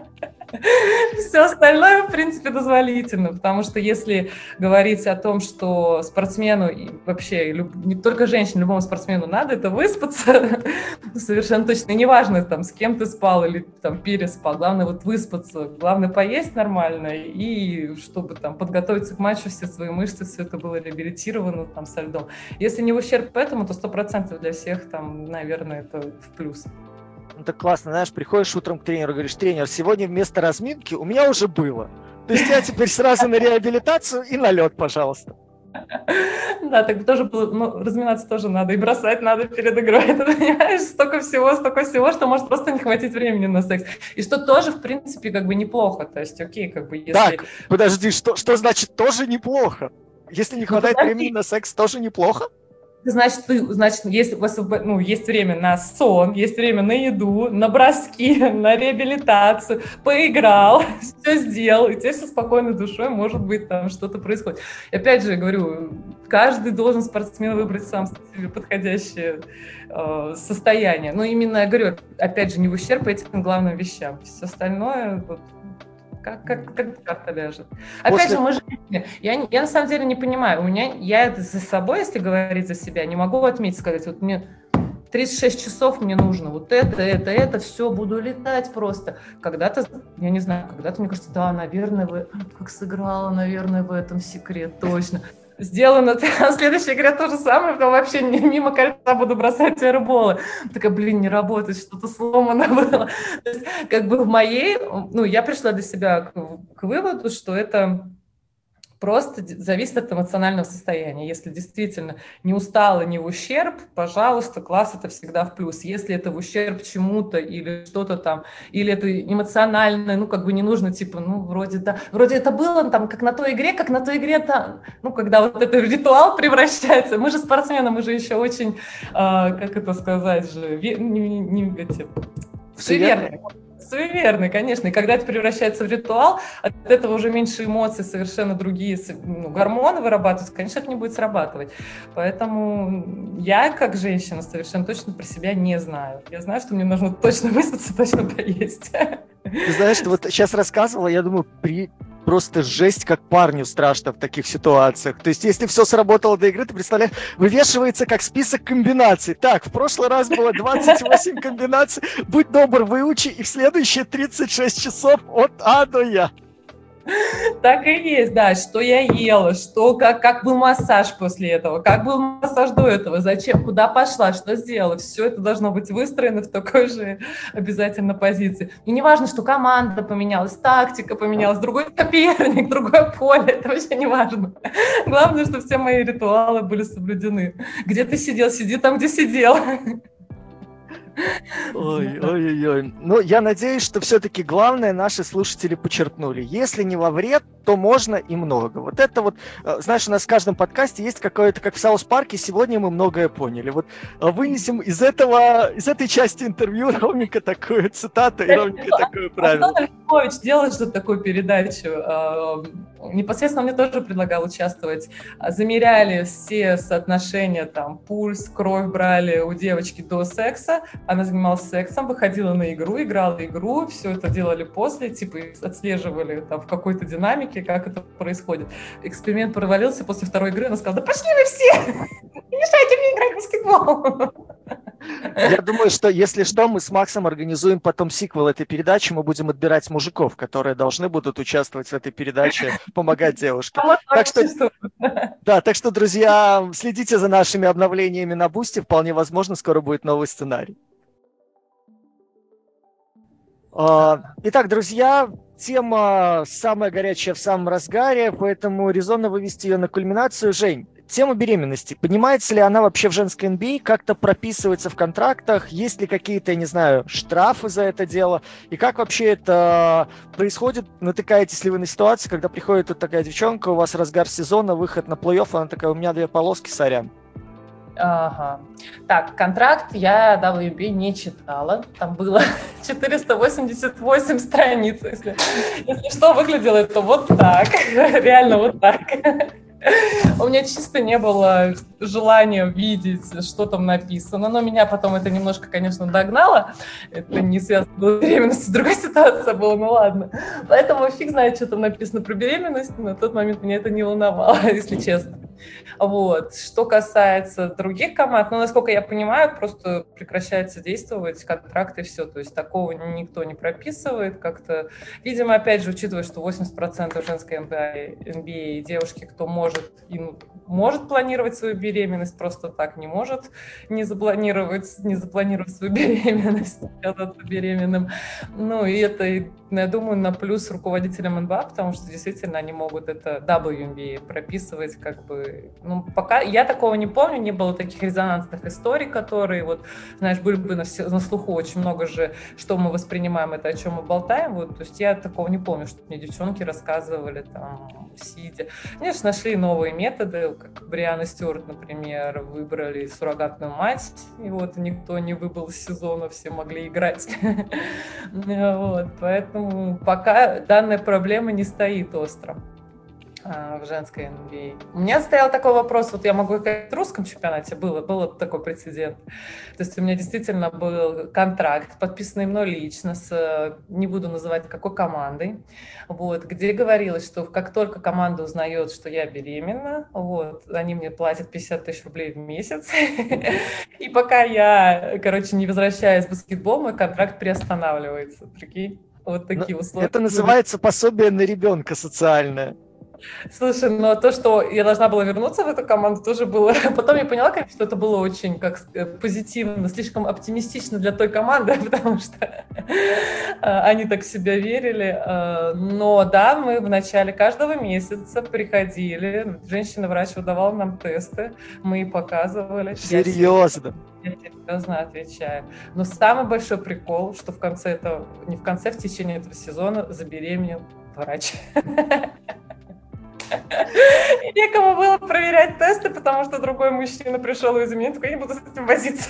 Все остальное, в принципе, дозволительно, потому что если говорить о том, что спортсмену, и вообще не только женщине, любому спортсмену надо это выспаться, совершенно точно, и неважно, там, с кем ты спал или там переспал, главное вот выспаться, главное поесть нормально, и чтобы там подготовиться к матчу, все свои мышцы, все это было реабилитировано там со льдом. Если не в ущерб этому, то сто процентов для всех там, наверное, это в плюс. Ну так классно, знаешь, приходишь утром к тренеру, говоришь: тренер, сегодня вместо разминки у меня уже было. То есть я теперь сразу на реабилитацию и на лед, пожалуйста. Да, так тоже было, ну, разминаться тоже надо, и бросать надо перед игрой, ты понимаешь, столько всего, столько всего, что может просто не хватить времени на секс. И что тоже, в принципе, как бы неплохо, то есть окей, как бы если... Так, подожди, что, что значит тоже неплохо? Если не хватает ну, времени на секс, тоже неплохо? Значит, ты, значит, есть, у вас, ну, есть время на сон, есть время на еду, на броски, на реабилитацию, поиграл, все сделал, и тебе со спокойной душой, может быть, там что-то происходит. И опять же, я говорю, каждый должен спортсмен выбрать сам себе подходящее э, состояние. Но именно, я говорю, опять же, не в ущерб этим главным вещам. Все остальное... Вот, Как, как, как карта ляжет. Опять После... же, мы же... Я, я на самом деле не понимаю. У меня, я за собой, если говорить за себя, не могу отметить, сказать, вот мне тридцать шесть часов мне нужно, вот это, это, это, все, буду летать просто. Когда-то, я не знаю, когда-то, мне кажется, да, наверное, вы... как сыграла, наверное, в этом секрет, точно. Сделано, в следующей игре то же самое, потом вообще мимо кольца буду бросать аэрболы. Такая, блин, не работает, что-то сломано было. То есть, как бы в моей, ну, я пришла для себя к, к выводу, что это Просто зависит от эмоционального состояния. Если действительно не устала, не в ущерб, пожалуйста, класс это всегда в плюс. Если это в ущерб чему-то или что-то там, или это эмоционально, ну, как бы не нужно, типа, ну, вроде, да, вроде это было там, как на той игре, как на той игре, там, ну, когда вот это в ритуал превращается. Мы же спортсмены, мы же еще очень, э, как это сказать же, не, не, не эти, суеверные. Суеверный, конечно. И когда это превращается в ритуал, от этого уже меньше эмоций, совершенно другие ну, гормоны вырабатываются, конечно, это не будет срабатывать. Поэтому я, как женщина, совершенно точно про себя не знаю. Я знаю, что мне нужно точно выспаться, точно поесть. Ты знаешь, ты вот сейчас рассказывала, я думаю, при... просто жесть, как парню страшно в таких ситуациях. То есть, если все сработало до игры, ты представляешь, вывешивается как список комбинаций. Так, в прошлый раз было двадцать восемь комбинаций, будь добр, выучи, и в следующие тридцать шесть часов от А до Я. Так и есть, да, что я ела, что, как, как был массаж после этого, как был массаж до этого, зачем, куда пошла, что сделала, все это должно быть выстроено в такой же обязательно позиции. И не важно, что команда поменялась, тактика поменялась, другой соперник, другое поле, это вообще не важно. Главное, что все мои ритуалы были соблюдены. Где ты сидел, сиди там, где сидел. Ой, ой, ой, ой. Ну, я надеюсь, что все-таки главное наши слушатели почерпнули. Если не во вред, то можно и много. Вот это вот, знаешь, у нас в каждом подкасте есть какое-то, как в Саус-парке, сегодня мы многое поняли. Вот вынесем из этого, из этой части интервью ровненько такую цитату и ровненько такое правило. Антон Альфович делал же такую передачу. Непосредственно мне тоже предлагал участвовать. Замеряли все соотношения, там, пульс, кровь брали у девочки до секса. Она занималась сексом, выходила на игру, играла игру, все это делали после, типа отслеживали там в какой-то динамике, как это происходит. Эксперимент провалился после второй игры, она сказала: да пошли вы все, не мешайте мне играть в баскетбол. Я думаю, что если что, мы с Максом организуем потом сиквел этой передачи, мы будем отбирать мужиков, которые должны будут участвовать в этой передаче, помогать девушке. Так что, да, так что, друзья, следите за нашими обновлениями на Бусти, вполне возможно, скоро будет новый сценарий. Итак, друзья, тема самая горячая в самом разгаре, поэтому резонно вывести ее на кульминацию. Жень, тема беременности. Поднимается ли она вообще в женской эн би эй? Как-то прописывается в контрактах? Есть ли какие-то, я не знаю, штрафы за это дело? И как вообще это происходит? Натыкаетесь ли вы на ситуацию, когда приходит вот такая девчонка, у вас разгар сезона, выход на плей-офф, она такая: у меня две полоски, сорян. Ага. Так, контракт я дабл ю би эй не читала. Там было четыреста восемьдесят восемь страниц. Если, если что, выглядело это вот так. Реально вот так. У меня чисто не было желания видеть, что там написано, но меня потом это немножко, конечно, догнало. Это не связано с беременностью, другая ситуация была, ну ладно. Поэтому фиг знает, что там написано про беременность, на тот момент меня это не волновало, если честно. Вот. Что касается других команд, ну, насколько я понимаю, просто прекращается действовать контракт и все. То есть такого никто не прописывает как-то. Видимо, опять же, учитывая, что восемьдесят процентов женской эн би эй девушки, кто может и может планировать свою беременность, просто так не может не запланировать, не запланировать свою беременность, оказаться беременным. Ну, и это, я думаю, на плюс руководителям эн би эй, потому что действительно они могут это дабл ю эн би эй прописывать, как бы, ну, пока я такого не помню, не было таких резонансных историй, которые, вот, знаешь, были бы на, все, на слуху очень много же, что мы воспринимаем, это о чем мы болтаем, вот, то есть я такого не помню, что мне девчонки рассказывали, там, сидя. Конечно, нашли новые методы, как Брианна Стюарт, например, выбрали суррогатную мать, и вот никто не выбыл из сезона, все могли играть. Вот, поэтому пока данная проблема не стоит остро в женской эн би эй. У меня стоял такой вопрос, вот я могу сказать, в русском чемпионате было, был такой прецедент. То есть у меня действительно был контракт, подписанный мной лично, с, не буду называть какой командой, вот, где говорилось, что как только команда узнает, что я беременна, вот, они мне платят пятьдесят тысяч рублей в месяц, и пока я, короче, не возвращаюсь в баскетбол, мой контракт приостанавливается, прикинь, вот такие условия. Это называется пособие на ребенка социальное. Слушай, но то, что я должна была вернуться в эту команду, тоже было... Потом я поняла, конечно, что это было очень как позитивно, слишком оптимистично для той команды, потому что они так в себя верили. Но да, мы в начале каждого месяца приходили, женщина-врач выдавала нам тесты, мы показывали. Серьезно? Я серьезно отвечаю. Но самый большой прикол, что в конце этого, не в конце, в течение этого сезона забеременел врач. Некому было проверять тесты, потому что другой мужчина пришел из меня, такой, я не буду с этим возиться.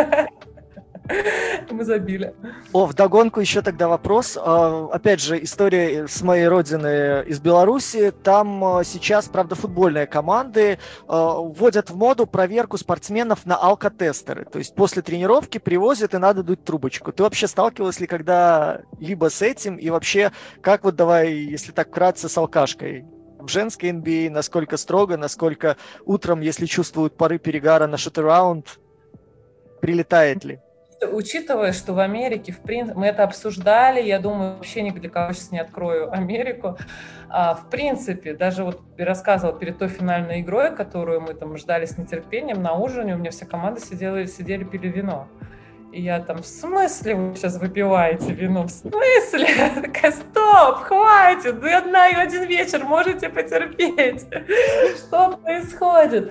Мы забили. О, вдогонку еще тогда вопрос. Опять же, история с моей родины из Беларуси. Там сейчас, правда, футбольные команды вводят в моду проверку спортсменов на алкотестеры. То есть после тренировки привозят и надо дуть трубочку. Ты вообще сталкивалась ли когда-либо с этим? И вообще, как вот давай, если так вкратце, с алкашкой? В женской эн би эй насколько строго, насколько утром, если чувствуют пары перегара на шут-раунд, прилетает ли? Учитывая, что в Америке, в принципе, мы это обсуждали, я думаю, вообще ни для кого сейчас не открою Америку. А, в принципе, даже вот я рассказывала перед той финальной игрой, которую мы там ждали с нетерпением, на ужине у меня вся команда сидела, сидели, пили вино. И я там, в смысле вы сейчас выпиваете вино? В смысле? Я такая, стоп, хватит, вы одна и один вечер можете потерпеть. Что происходит?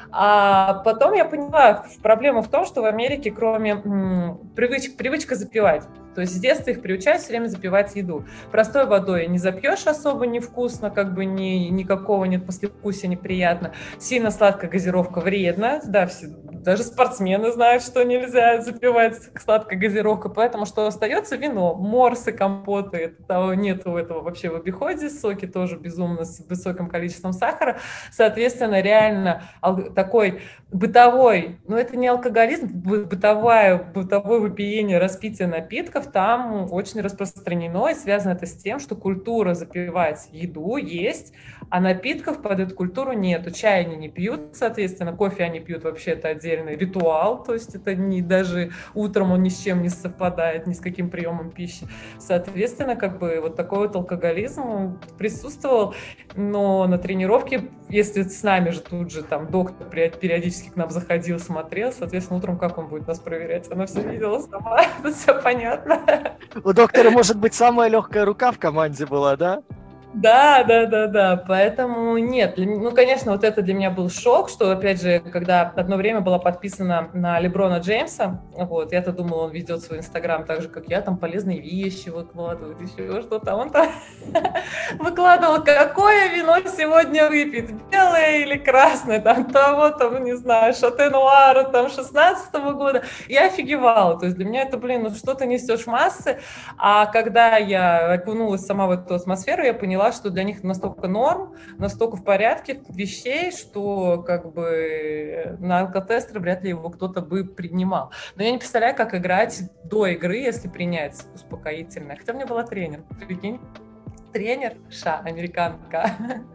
А потом я поняла, проблема в том, что в Америке, кроме м, привычек, привычка запивать, то есть с детства их приучают все время запивать еду. Простой водой не запьешь особо невкусно, как бы ни, никакого нет послевкусия, неприятно. Сильно сладкая газировка вредна, да, все, даже спортсмены знают, что нельзя запивать сладкой газировкой, поэтому что остается? Вино, морсы, компоты, того нету этого вообще в обиходе, соки тоже безумно с высоким количеством сахара, соответственно, реально такой бытовой, ну это не алкоголизм, бытовое, бытовое выпиение, распитие напитков там очень распространено, и связано это с тем, что культура запивать еду есть, а напитков под эту культуру нету. Чай они не пьют, соответственно, кофе они пьют, вообще это отдельный ритуал, то есть это не даже утром он ни с чем не совпадает, ни с каким приемом пищи. Соответственно, как бы вот такой вот алкоголизм присутствовал, но на тренировке, если с нами же тут же там доктор периодически к нам заходил, смотрел, соответственно, утром как он будет нас проверять? Она все видела сама, тут все понятно. У доктора, может быть, самая легкая рука в команде была, да? Да, да, да, да, поэтому нет, ну, конечно, вот это для меня был шок, что, опять же, когда одно время была подписана на Леброна Джеймса, вот, я-то думала, он ведет свой инстаграм так же, как я, там полезные вещи выкладывает, еще что-то, он там выкладывал, какое вино сегодня выпить, белое или красное, там, того, там, не знаю, Шате Нуара, там, шестнадцатого года, я офигевала, то есть для меня это, блин, ну, что ты несешь массы, а когда я окунулась сама в эту атмосферу, я поняла, что для них настолько норм, настолько в порядке вещей, что как бы на алкотестеры вряд ли его кто-то бы принимал. Но я не представляю, как играть до игры, если принять успокоительное. Хотя у меня была тренер, прикинь, тренерша, американка.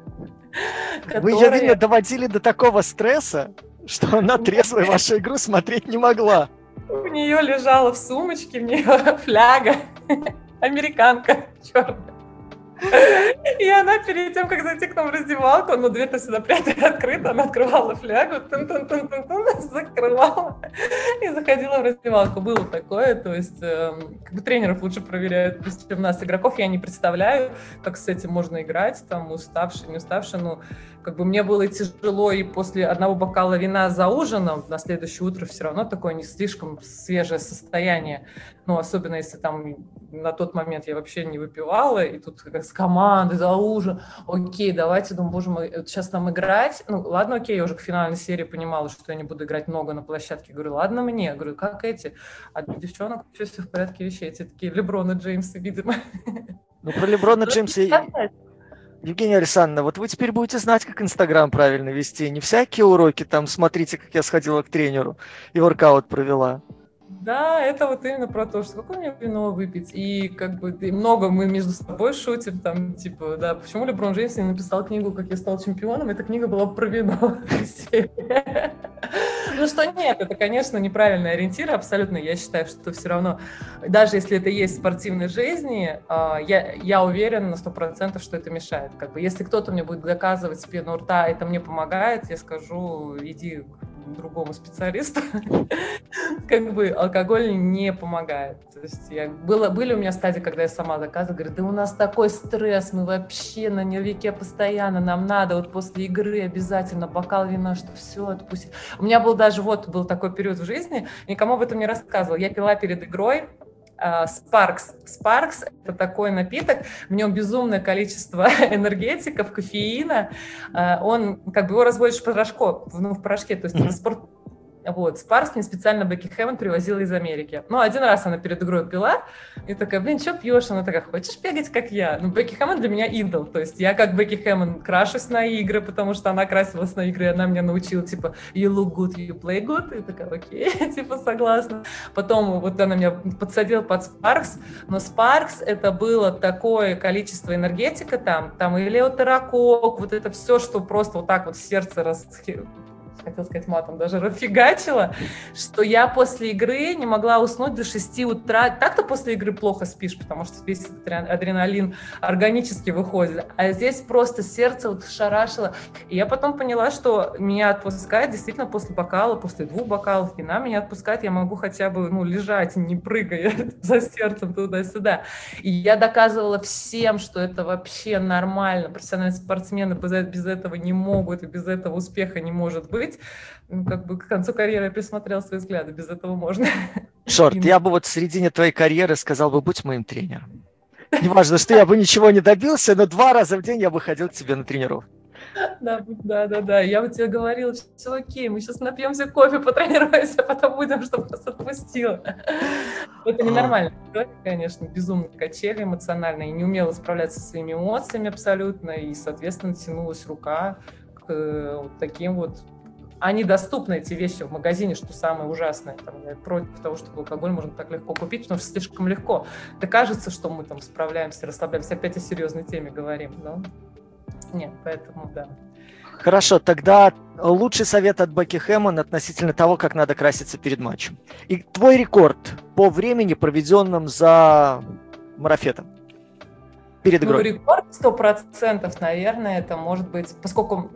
Вы, я видно, доводили до такого стресса, что она трезвой вашу игру смотреть не могла. У нее лежала в сумочке, в нее фляга, американка черная. И она перед тем, как зайти к нам в раздевалку, ну, дверь-то всегда приоткрыта, она открывала флягу, тун-тун-тун-тун-тун, закрывала и заходила в раздевалку. Было такое, то есть э, как бы тренеров лучше проверяют, чем нас, игроков. Я не представляю, как с этим можно играть, там, уставший, не уставший, ну, как бы мне было тяжело и после одного бокала вина за ужином на следующее утро все равно такое не слишком свежее состояние, ну, особенно если там на тот момент я вообще не выпивала, и тут как с командой за ужин, окей, давайте, думаю, боже мой, сейчас нам играть, ну, ладно, окей, я уже к финальной серии понимала, что я не буду играть много на площадке, говорю, ладно мне, я говорю, как эти, а девчонок вообще все в порядке вещей, эти такие Леброна Джеймса, видимо. Ну, про Леброна Джеймса... Евгения Александровна, вот вы теперь будете знать, как Инстаграм правильно вести. Не всякие уроки, там, смотрите, как я сходила к тренеру и воркаут провела. Да, это вот именно про то, что какое мне вино выпить. И как бы и много мы между собой шутим, там, типа, да, почему Леброн Джеймс не написал книгу «Как я стал чемпионом?» Эта книга была про вино. Ну что нет, это, конечно, неправильный ориентир, абсолютно. Я считаю, что все равно, даже если это есть в спортивной жизни, я, я уверена на сто процентов, что это мешает. Как бы, если кто-то мне будет доказывать спину рта, это мне помогает, я скажу, иди к другому специалисту. Как бы алкоголь не помогает. То есть я, было, были у меня стадии, когда я сама доказывала, говорю, да у нас такой стресс, мы вообще на нервике постоянно, нам надо вот после игры обязательно бокал вина, что все отпустить. У меня был даже вот был такой период в жизни, никому об этом не рассказывала. Я пила перед игрой Sparks. Sparks – это такой напиток, в нем безумное количество энергетиков, кофеина. Он, как бы его разводишь в порошке, ну, в порошке, то есть mm-hmm. спорт. Вот, Спаркс мне специально Бекки Хэммон привозила из Америки. Ну, один раз она перед игрой пила, и такая, блин, что пьешь? Она такая, хочешь бегать, как я? Ну, Бекки Хэммон для меня идол, то есть я как Бекки Хэммон крашусь на игры, потому что она красилась на игры, и она меня научила, типа, you look good, you play good, и такая, окей, типа, согласна. Потом вот она меня подсадила под Спаркс, но Спаркс это было такое количество энергетика там, там и леотерокок, вот это все, что просто вот так вот сердце рас... хотела сказать матом, даже расфигачила, что я после игры не могла уснуть до шести утра. Так-то после игры плохо спишь, потому что весь адреналин органически выходит. А здесь просто сердце вот шарашило. И я потом поняла, что меня отпускает действительно после бокала, после двух бокалов вина меня отпускает, я могу хотя бы ну, лежать, не прыгая за сердцем туда-сюда. И я доказывала всем, что это вообще нормально. Профессиональные спортсмены без этого не могут, и без этого успеха не может быть. Ну, как бы к концу карьеры я присмотрела свои взгляды, без этого можно. Шорт, я бы вот в середине твоей карьеры сказал бы, будь моим тренером. Неважно, что я бы ничего не добился, но два раза в день я бы ходил к тебе на тренировку. Да, да, да, да. Я бы тебе говорила, все окей, мы сейчас напьемся кофе, потренируемся, а потом будем, чтобы нас отпустило. Это ненормально, конечно, безумно качели эмоциональные, не умела справляться со своими эмоциями абсолютно, и, соответственно, тянулась рука к вот таким вот. Они доступны, эти вещи, в магазине, что самое ужасное. Там, я против того, чтобы алкоголь можно так легко купить, потому что слишком легко. Да кажется, что мы там справляемся, расслабляемся, опять о серьезной теме говорим. Но нет, поэтому да. Хорошо, тогда лучший совет от Бекки Хэммон относительно того, как надо краситься перед матчем. И твой рекорд по времени, проведенном за марафетом. Перед игрой. Ну, рекорд сто процентов, наверное, это может быть, поскольку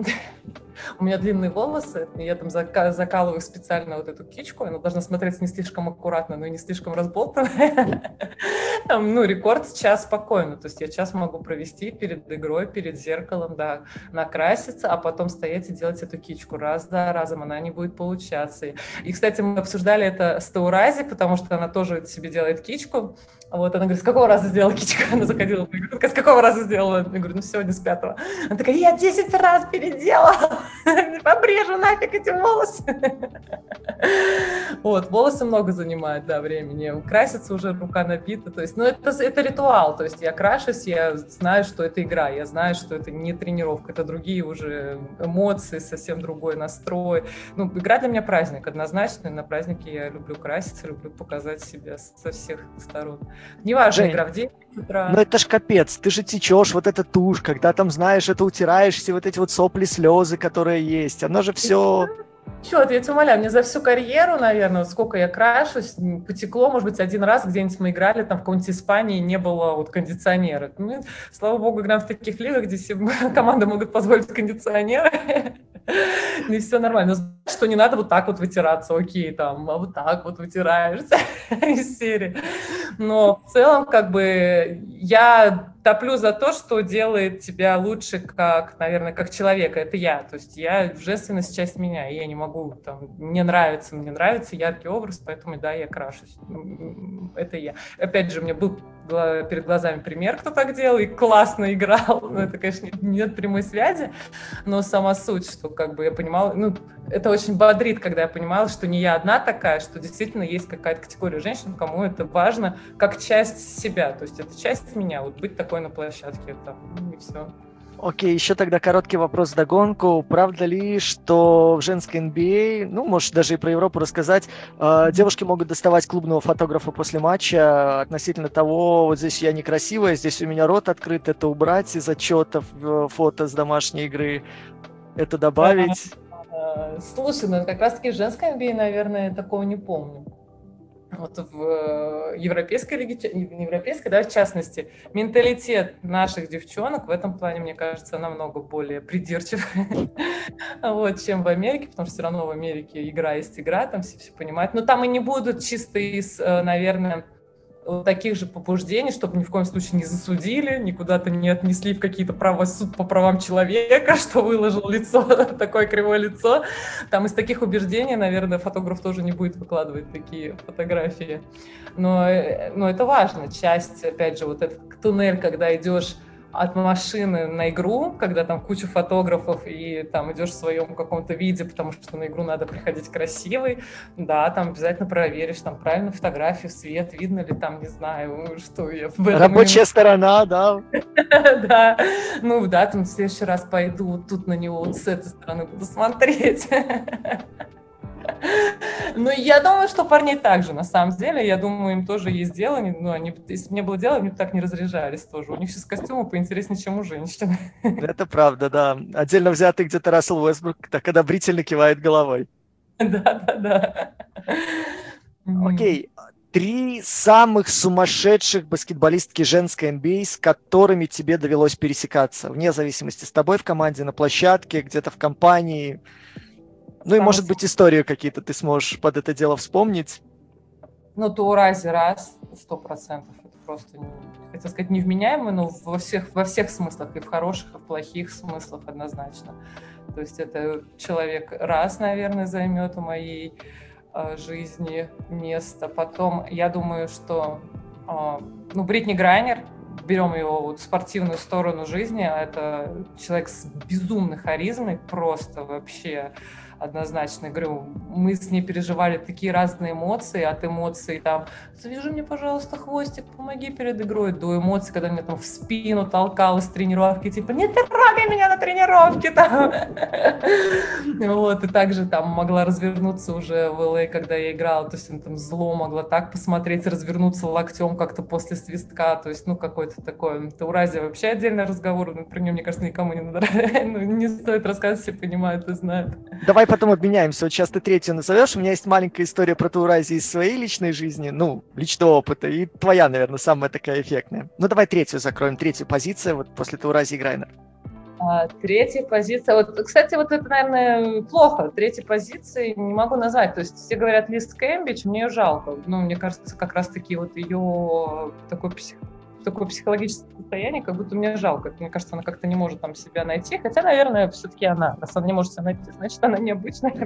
у меня длинные волосы, я там закалываю специально вот эту кичку, она должна смотреться не слишком аккуратно, но и не слишком разболтанная. Ну, рекорд час спокойно, то есть я час могу провести перед игрой, перед зеркалом, да, накраситься, а потом стоять и делать эту кичку раз за разом, она не будет получаться. И, кстати, мы обсуждали это с Таурази, потому что она тоже себе делает кичку. Вот, она говорит, с какого раза сделала кичку? Она заходила, говорит, с какого раза сделала? Я говорю, ну, сегодня с пятого. Она такая, я десять раз переделала, побрежу нафиг эти волосы. Вот, волосы много занимают, да, времени. Краситься уже рука набита, то есть, ну, это, это ритуал, то есть я крашусь, я знаю, что это игра, я знаю, что это не тренировка, это другие уже эмоции, совсем другой настрой. Ну, игра для меня праздник, однозначно, на празднике я люблю краситься, люблю показать себя со всех сторон. Неважно, игра в день, утра. Ну это ж капец, ты же течешь, вот эта тушь, когда там, знаешь, это утираешь все вот эти вот сопли, слезы, которые есть, оно же все... Чё, я тебя умоляю, мне за всю карьеру, наверное, сколько я крашусь, потекло, может быть, один раз где-нибудь мы играли, там в какой-нибудь Испании не было вот кондиционера. Мы, слава богу, играем в таких лигах, где все команды могут позволить кондиционеры. И все нормально. Но что не надо вот так вот вытираться, окей, там, а вот так вот вытираешься из серии. Но в целом, как бы, я топлю за то, что делает тебя лучше, как, наверное, как человека. Это я. То есть я, женственность часть меня, и я не могу, там, мне нравится, мне нравится яркий образ, поэтому, да, я крашусь. Это я. Опять же, у меня был перед глазами пример, кто так делал, и классно играл. Ну, это, конечно, нет прямой связи, но сама суть, что, как бы, я понимала, ну, это очень бодрит, когда я понимала, что не я одна такая, что действительно есть какая-то категория женщин, кому это важно, как часть себя, то есть это часть меня, вот быть такой на площадке, там, и все. Окей, еще тогда короткий вопрос вдогонку. Правда ли, что в женской эн би эй, ну, можешь даже и про Европу рассказать, э, девушки могут доставать клубного фотографа после матча относительно того, вот здесь я некрасивая, здесь у меня рот открыт, это убрать из отчетов фото с домашней игры, это добавить? Слушай, ну как раз-таки в женской эн би эй, наверное, такого не помню. Вот в европейской лиге, не европейской, да, в частности, менталитет наших девчонок в этом плане, мне кажется, намного более придирчив, вот, чем в Америке, потому что все равно в Америке игра есть игра, там все все понимают. Но там и не будут чисто из, наверное, вот таких же побуждений, чтобы ни в коем случае не засудили, никуда-то не отнесли в какие-то права, суд по правам человека, что выложил лицо, такое кривое лицо. Там из таких убеждений, наверное, фотограф тоже не будет выкладывать такие фотографии. Но, но это важно. Часть, опять же, вот этот туннель, когда идешь от машины на игру, когда там куча фотографов, и там идешь в своем каком-то виде, потому что на игру надо приходить красивый, да, там обязательно проверишь, там правильно фотографию, свет, видно ли там, не знаю, что я в этом... Рабочая именно... сторона, да. Да, ну да, там в следующий раз пойду вот тут на него вот с этой стороны буду смотреть. Ну, я думаю, что парней так же, на самом деле. Я думаю, им тоже есть дело. Ну, они, если бы не было дела, они бы так не разряжались тоже. У них сейчас костюмы поинтереснее, чем у женщин. Это правда, да. Отдельно взятый где-то Рассел Уэстбрук так одобрительно кивает головой. Да-да-да. Окей. Три самых сумасшедших баскетболистки женской эн би эй, с которыми тебе довелось пересекаться, вне зависимости, с тобой в команде, на площадке, где-то в компании. Ну и, может быть, историю какие-то ты сможешь под это дело вспомнить. Ну, Таурази раз, сто процентов. Это просто, хотел сказать, невменяемый, но во всех, во всех смыслах, и в хороших, и в плохих смыслах однозначно. То есть это человек раз, наверное, займет в моей э, жизни место. Потом, я думаю, что э, ну, Бритни Грайнер, берем его вот спортивную сторону жизни, это человек с безумной харизмой, просто вообще... Однозначно, говорю, мы с ней переживали такие разные эмоции, от эмоций там, завяжи мне, пожалуйста, хвостик, помоги перед игрой, до эмоций, когда меня там в спину толкала с тренировки, типа, не трогай меня на тренировке, там. Вот, и также там могла развернуться уже в эл эй, когда я играла, то есть она там зло могла так посмотреть, развернуться локтем как-то после свистка, то есть, ну, какой-то такой, Таурази вообще отдельный разговор, но про него, мне кажется, никому не надо, ну, не стоит рассказывать, все понимают и знают. Давай потом обменяемся. Вот сейчас ты третью назовешь. У меня есть маленькая история про Таурази из своей личной жизни, ну, личного опыта, и твоя, наверное, самая такая эффектная. Ну, давай третью закроем, третью позицию, вот после Таурази и Грайнер. А, третья позиция. Вот, кстати, вот это, наверное, плохо. Третьей позиции не могу назвать. То есть все говорят Лиз Кембридж, мне ее жалко. Ну, мне кажется, как раз-таки вот ее такой псих... такое психологическое состояние, как будто мне жалко. Мне кажется, она как-то не может там себя найти. Хотя, наверное, все-таки она. Раз она не может себя найти, значит, она необычная.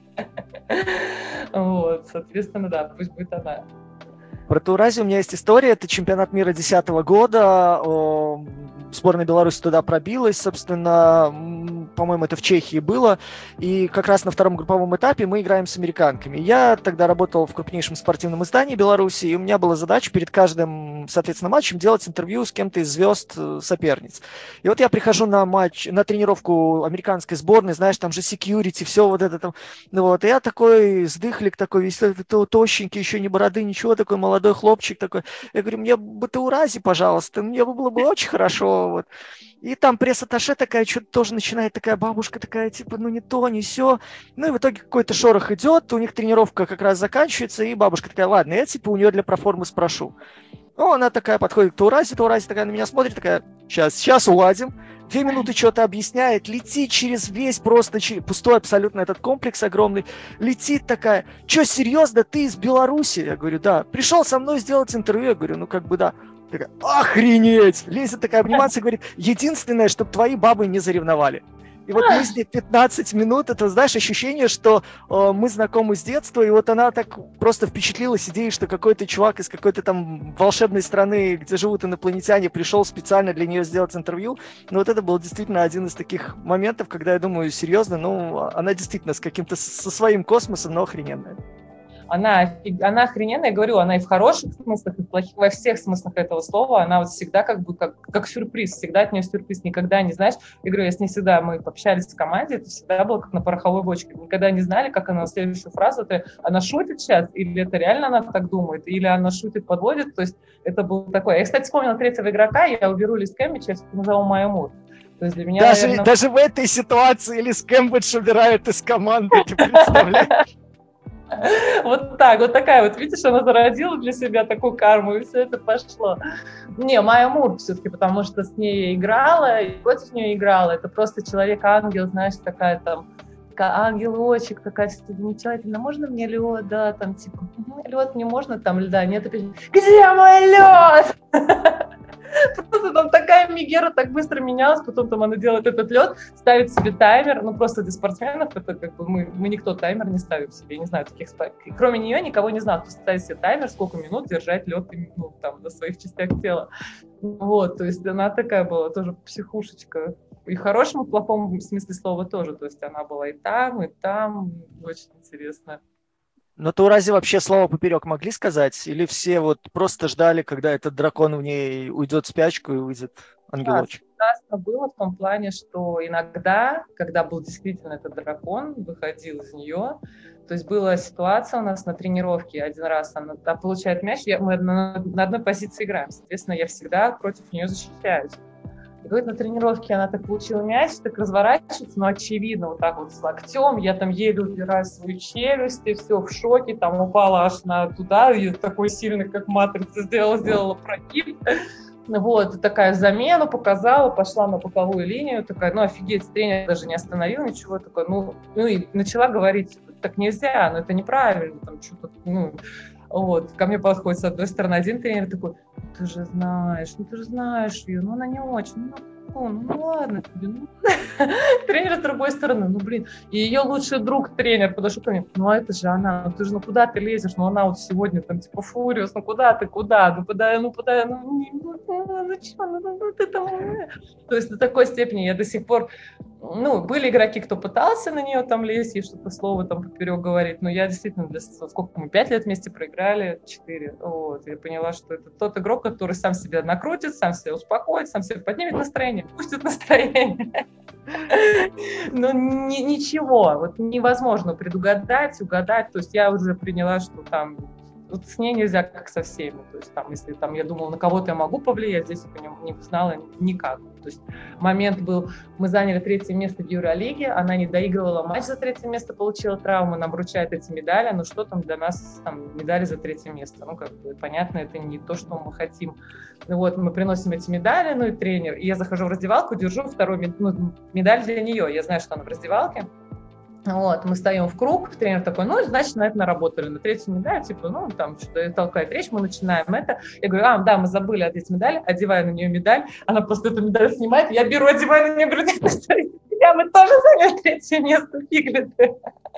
Вот, соответственно, да, пусть будет она. Про Таурази у меня есть история. Это чемпионат мира две тысячи десятого года. Сборная Беларуси туда пробилась, собственно, по-моему, это в Чехии было. И как раз на втором групповом этапе мы играем с американками. Я тогда работал в крупнейшем спортивном издании Беларуси, и у меня была задача перед каждым, соответственно, матчем делать интервью с кем-то из звезд соперниц. И вот я прихожу на матч, на тренировку американской сборной, знаешь, там же секьюрити, все вот это там. Ну вот, и я такой сдыхлик, такой весь тощенький, еще не бороды, ничего, такой молодой хлопчик такой. Я говорю, мне бы Таурази, пожалуйста, мне было бы очень хорошо. Вот. И там пресс-атташе такая, что-то тоже начинает, такая бабушка такая, типа, ну не то, не сё. Ну и в итоге какой-то шорох идет, у них тренировка как раз заканчивается, и бабушка такая, ладно, я типа у нее для проформы спрошу. Ну, она такая подходит к Таурази, Таурази такая на меня смотрит, такая, сейчас, сейчас уладим. Две минуты что-то объясняет, летит через весь просто через, пустой абсолютно этот комплекс огромный, летит такая, что, серьезно, ты из Беларуси? Я говорю, да. Пришел со мной сделать интервью? Я говорю, ну как бы да. Такая, охренеть! Лезет такая обниматься и говорит, единственное, чтобы твои бабы не заревновали. И вот мы с ней пятнадцать минут, это, знаешь, ощущение, что э, мы знакомы с детства, и вот она так просто впечатлилась идеей, что какой-то чувак из какой-то там волшебной страны, где живут инопланетяне, пришел специально для нее сделать интервью. Но вот это был действительно один из таких моментов, когда я думаю, серьезно, ну, она действительно с каким-то, со своим космосом, но охрененная. Она, она охрененная, я говорю, она и в хороших смыслах, и в плохих, во всех смыслах этого слова, она вот всегда как бы как, как сюрприз, всегда от нее сюрприз, никогда не знаешь. Я говорю, я с ней всегда, мы общались в команде, это всегда было как на пороховой бочке, никогда не знали, как она следующую фразу, это она шутит сейчас, или это реально она так думает, или она шутит, подводит, то есть это было такое. Я, кстати, вспомнила третьего игрока, я уберу Лиз Кембридж, я назову Майю Мур. То есть для меня, даже, наверное... даже в этой ситуации Элис Кэмбридж убирают из команды, ты представляешь? Вот так, вот такая вот, видишь, она зародила для себя такую карму, и все это пошло. Не, Майя Мур все-таки, потому что с ней играла, и против нее играла. Это просто человек-ангел, знаешь, такая там, такая ангелочек, такая замечательная. Можно мне лед? Да, там типа, лед не можно, там льда нет. Опять, где мой лед? Просто там такая Мегера так быстро менялась, потом там она делает этот лед, ставит себе таймер, ну просто для спортсменов это как бы мы, мы никто таймер не ставим себе, я не знаю таких, кроме нее никого не знаю, кто ставит себе таймер, сколько минут держать лед ну, там на своих частях тела. Вот, то есть она такая была тоже психушечка. И в хорошем, и в плохом смысле слова тоже, то есть она была и там, и там, очень интересно. Но Турази вообще слово поперек могли сказать? Или все вот просто ждали, когда этот дракон в ней уйдет в спячку и выйдет ангелочек? Да, было в том плане, что иногда, когда был действительно этот дракон, выходил из нее, то есть была ситуация у нас на тренировке, один раз она, она получает мяч, я, мы на, на одной позиции играем, соответственно, я всегда против нее защищаюсь. И говорит, на тренировке она так получила мяч, так разворачивается, но очевидно, вот так вот с локтем, я там еле убираю свою челюсть, и все в шоке, там упала аж на туда, и такой сильный, как матрица, сделала, сделала прогиб. Вот, такая замена показала, пошла на боковую линию, такая, ну, офигеть, тренер даже не остановил ничего, такой, ну, ну, и начала говорить, так нельзя, ну, это неправильно, там, что-то, ну, вот, ко мне подходит с одной стороны один тренер такой, ты же знаешь, ну, ты же знаешь ее, ну, она не очень, ну, ну, ладно тебе, ну, тренер с другой стороны, ну, блин, и ее лучший друг тренер подошел ко мне, ну, а это же она, ну, ты же, ну, куда ты лезешь, ну, она вот сегодня там, типа, фуриус, ну, куда ты, куда, ну, подай, ну, подай, ну, ну, ну, ну, что, ну, ну, ты там, то есть до такой степени я до сих пор, ну, были игроки, кто пытался на нее там лезть и что-то слово там поперек говорить, но я действительно, для, сколько мы, пять лет вместе проиграли, четыре, вот, я поняла, что это тот игрок, который сам себя накрутит, сам себя успокоит, сам себе поднимет настроение, пустит настроение. Ну, ни, ничего, вот невозможно предугадать, угадать, то есть я уже приняла, что там вот с ней нельзя как со всеми, то есть там, если там я думала, на кого-то я могу повлиять, здесь я по нему не знала никак, то есть момент был, мы заняли третье место в Евролиге, она не доигрывала матч за третье место, получила травму, нам вручают эти медали, ну что там для нас, там, медали за третье место, ну как бы понятно, это не то, что мы хотим. Вот, мы приносим эти медали, ну и тренер, и я захожу в раздевалку, держу вторую ну, медаль для нее, я знаю, что она в раздевалке. Вот, мы стоим в круг, тренер такой, ну, значит, на это наработали, на третью медаль, типа, ну, там, что-то толкает речь, мы начинаем это. Я говорю, а, да, мы забыли одеть медаль, одеваю на нее медаль, она просто эту медаль снимает, я беру, одеваю на нее, говорю, я мы тоже заняли третье место, фигли ты.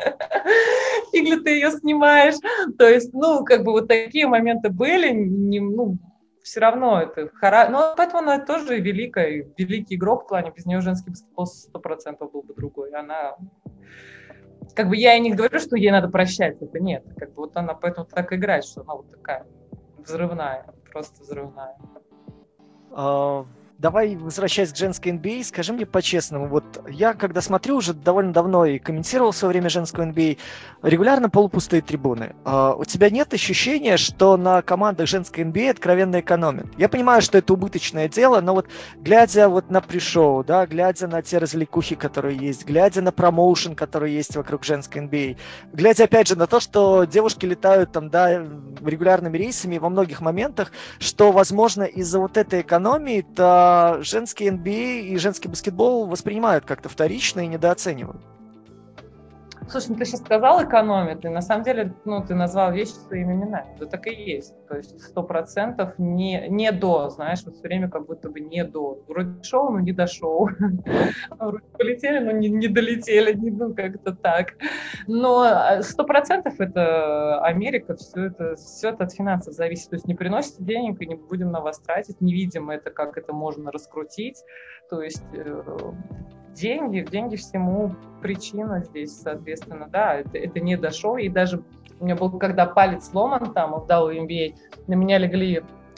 Фигли ты ее снимаешь. То есть, ну, как бы вот такие моменты были, не, ну, все равно это хара... Но поэтому она тоже великая, великий игрок в плане, без нее женский баскетбол сто процентов был бы другой. Она... Как бы я и не говорю, что ей надо прощать, это нет. Как бы вот она поэтому так играет, что она вот такая взрывная, просто взрывная. Uh... Давай, возвращаясь к женской эн би эй, скажи мне по-честному, вот я, когда смотрю уже довольно давно и комментировал в свое время женскую эн би эй, регулярно полупустые трибуны. А у тебя нет ощущения, что на командах женской эн би эй откровенно экономят? Я понимаю, что это убыточное дело, но вот глядя вот на пришоу, да, глядя на те развлекухи, которые есть, глядя на промоушен, который есть вокруг женской эн би эй, глядя опять же на то, что девушки летают там, да, регулярными рейсами во многих моментах, что, возможно, из-за вот этой экономии-то женский эн би эй и женский баскетбол воспринимают как-то вторично и недооценивают. Слушай, ну ты сейчас сказал экономит, и на самом деле, ну, ты назвал вещи своими именами. Это так и есть. То есть сто процентов не, не до, знаешь, вот все время как будто бы не до. Вроде шоу, но не до шоу. Вроде полетели, но не, не долетели, не, ну, как-то так. Но сто процентов это Америка, все это, все это от финансов зависит. То есть не приносите денег и не будем на вас тратить, не видим это, как это можно раскрутить. То есть... Деньги, деньги всему причина здесь, соответственно, да, это, это не дошло, и даже у меня был, когда палец сломан там в дабл ю эн би эй, на меня легли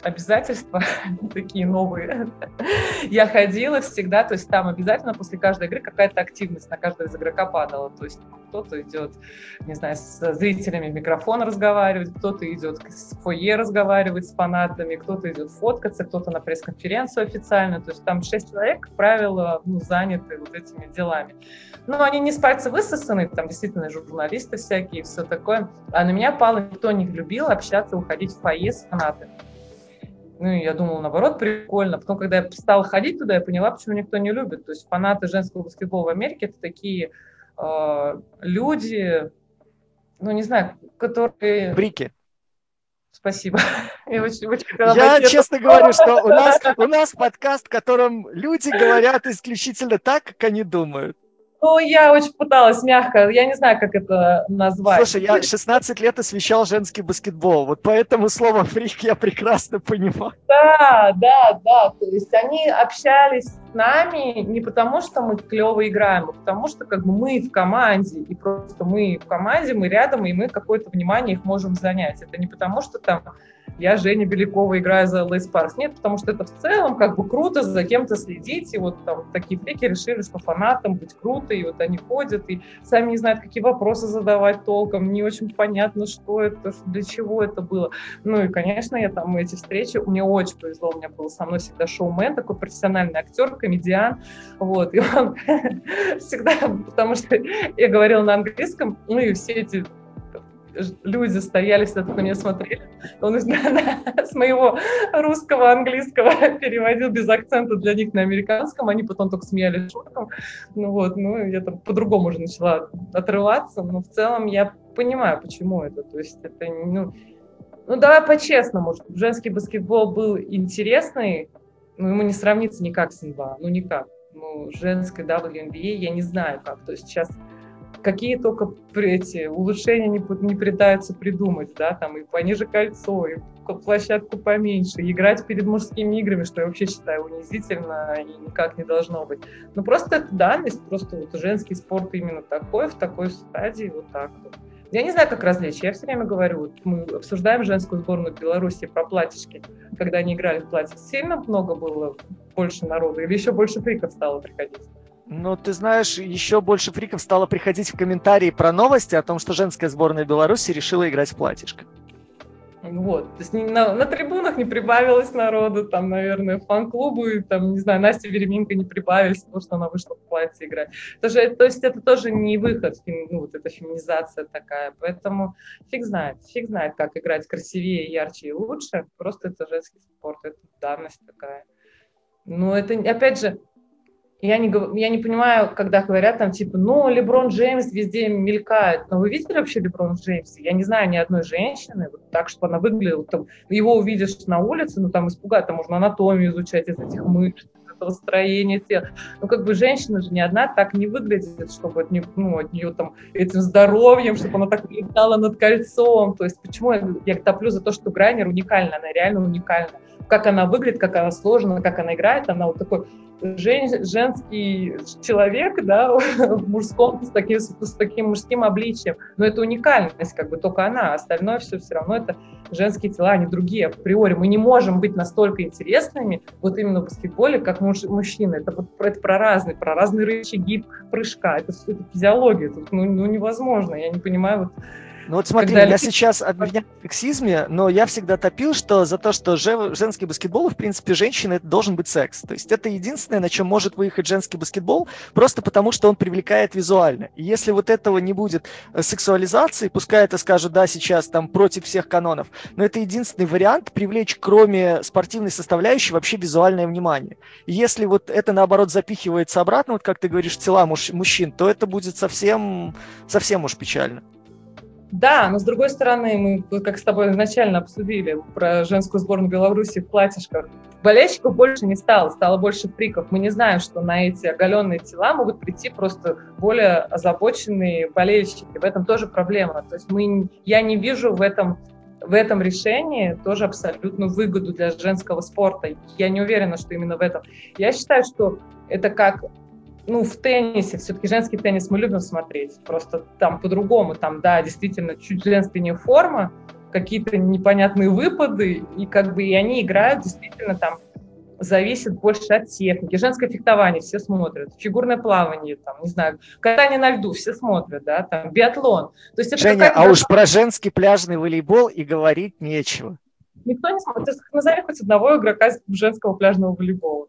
обязательства такие новые. Я ходила всегда, то есть там обязательно после каждой игры какая-то активность на каждого из игрока падала. То есть кто-то идет, не знаю, с зрителями в микрофон разговаривать, кто-то идет в фойе разговаривать с фанатами, кто-то идет фоткаться, кто-то на пресс-конференцию официальную. То есть там шесть человек, как правило, ну, заняты вот этими делами. Ну, они не с пальца высосаны, там действительно журналисты всякие и все такое. А на меня пало, никто не любил общаться, уходить в фойе с фанатами. Ну, я думала, наоборот, прикольно. Потом, когда я стала ходить туда, я поняла, почему никто не любит. То есть фанаты женского баскетбола в Америке — это такие э, люди, ну, не знаю, которые... Брики. Спасибо. Я, очень, очень я честно говорю, что у нас, у нас подкаст, в котором люди говорят исключительно так, как они думают. Ну, я очень пыталась мягко, я не знаю, как это назвать. Слушай, я шестнадцать лет освещал женский баскетбол, вот поэтому слово «фрик» я прекрасно понимаю. Да, да, да, то есть они общались с нами не потому, что мы клево играем, а потому что как бы мы в команде, и просто мы в команде, мы рядом, и мы какое-то внимание их можем занять. Это не потому, что там я, Женя Белякова, играю за эл эй Sparks. Нет, потому что это в целом как бы круто за кем-то следить. И вот там такие фрики решили, что фанатам быть круто. И вот они ходят и сами не знают, какие вопросы задавать толком. Не очень понятно, что это, для чего это было. Ну и, конечно, я там эти встречи... Мне очень повезло. У меня был со мной всегда шоумен, такой профессиональный актер, комедиан. Вот. И он всегда... Потому что я говорила на английском, ну и все эти... люди стояли, всегда на меня смотрели. Он с моего русского, английского переводил без акцента для них на американском, они потом только смеялись шуткам. Ну вот, ну я там по-другому уже начала отрываться, но в целом я понимаю, почему это. То есть это, ну, ну давай по-честному, чтобы женский баскетбол был интересный, ну ему не сравнится никак с эн би эй, ну никак. Ну, женской дабл ю эн би эй я не знаю как. То есть сейчас какие только эти улучшения не, не пытаются придумать, да, там и пониже кольцо, и площадку поменьше, и играть перед мужскими играми, что я вообще считаю унизительно и никак не должно быть. Ну, просто это данность, просто вот женский спорт именно такой, в такой стадии, вот так вот. Я не знаю, как развлечь, я все время говорю, вот мы обсуждаем женскую сборную Беларуси про платьишки, когда они играли в платье, сильно много было, больше народу, или еще больше фриков стало приходить? Ну, ты знаешь, еще больше фриков стало приходить в комментарии про новости о том, что женская сборная Беларуси решила играть в платьишко. Вот, то есть на, на трибунах не прибавилось народу, там, наверное, фан-клубы, там, не знаю, Настя Веременко не прибавилась, потому что она вышла в платье играть. Тоже, то есть это тоже не выход, ну, вот эта феминизация такая, поэтому фиг знает, фиг знает, как играть красивее, ярче и лучше, просто это женский спорт, это данность такая. Ну, это, опять же, Я не, я не понимаю, когда говорят там, типа, ну, Леброн Джеймс везде мелькает. Но вы видели вообще Леброн Джеймса? Я не знаю ни одной женщины, вот так, чтобы она выглядела. Там, его увидишь на улице, ну, там испугать, там можно анатомию изучать из этих мышц, этого строения тела. Ну, как бы женщина же ни одна так не выглядит, чтобы от нее, ну, от нее там этим здоровьем, чтобы она так летала над кольцом. То есть почему я, я топлю за то, что Грайнер уникальна, она реально уникальна. Как она выглядит, как она сложена, как она играет, она вот такой жен, женский человек, да, в мужском, с таким, с таким мужским обличием. Но это уникальность, как бы только она, остальное все все равно это женские тела, а не другие априори. Мы не можем быть настолько интересными вот именно в баскетболе, как муж, мужчины. Это, вот, это про разные, про разные рычаги прыжка, это, это физиология, это ну, ну, невозможно, я не понимаю, вот. Ну вот смотри, Когда... я сейчас обвиняю в сексизме, но я всегда топил, что за то, что женский баскетбол, в принципе, женщины, это должен быть секс. То есть это единственное, на чем может выехать женский баскетбол, просто потому что он привлекает визуально. И если вот этого не будет сексуализации, пускай это скажут, да, сейчас там против всех канонов, но это единственный вариант привлечь, кроме спортивной составляющей, вообще визуальное внимание. И если вот это, наоборот, запихивается обратно, вот как ты говоришь, в тела муж- мужчин, то это будет совсем, совсем уж печально. Да, но с другой стороны, мы, как с тобой изначально обсудили про женскую сборную Беларуси в платьишках, болельщиков больше не стало, стало больше фриков. Мы не знаем, что на эти оголенные тела могут прийти просто более озабоченные болельщики. В этом тоже проблема. То есть мы, я не вижу в этом, в этом решении тоже абсолютную выгоду для женского спорта. Я не уверена, что именно в этом. Я считаю, что это как... Ну, в теннисе, все-таки женский теннис мы любим смотреть, просто там по-другому, там, да, действительно, чуть женственнее форма, какие-то непонятные выпады, и как бы и они играют действительно там, зависит больше от техники. Женское фехтование все смотрят, фигурное плавание, там, не знаю, катание на льду все смотрят, да, там, биатлон. То есть это Женя, а уж про женский пляжный волейбол и говорить нечего. Никто не смотрит. Ты назови хоть одного игрока женского пляжного волейбола.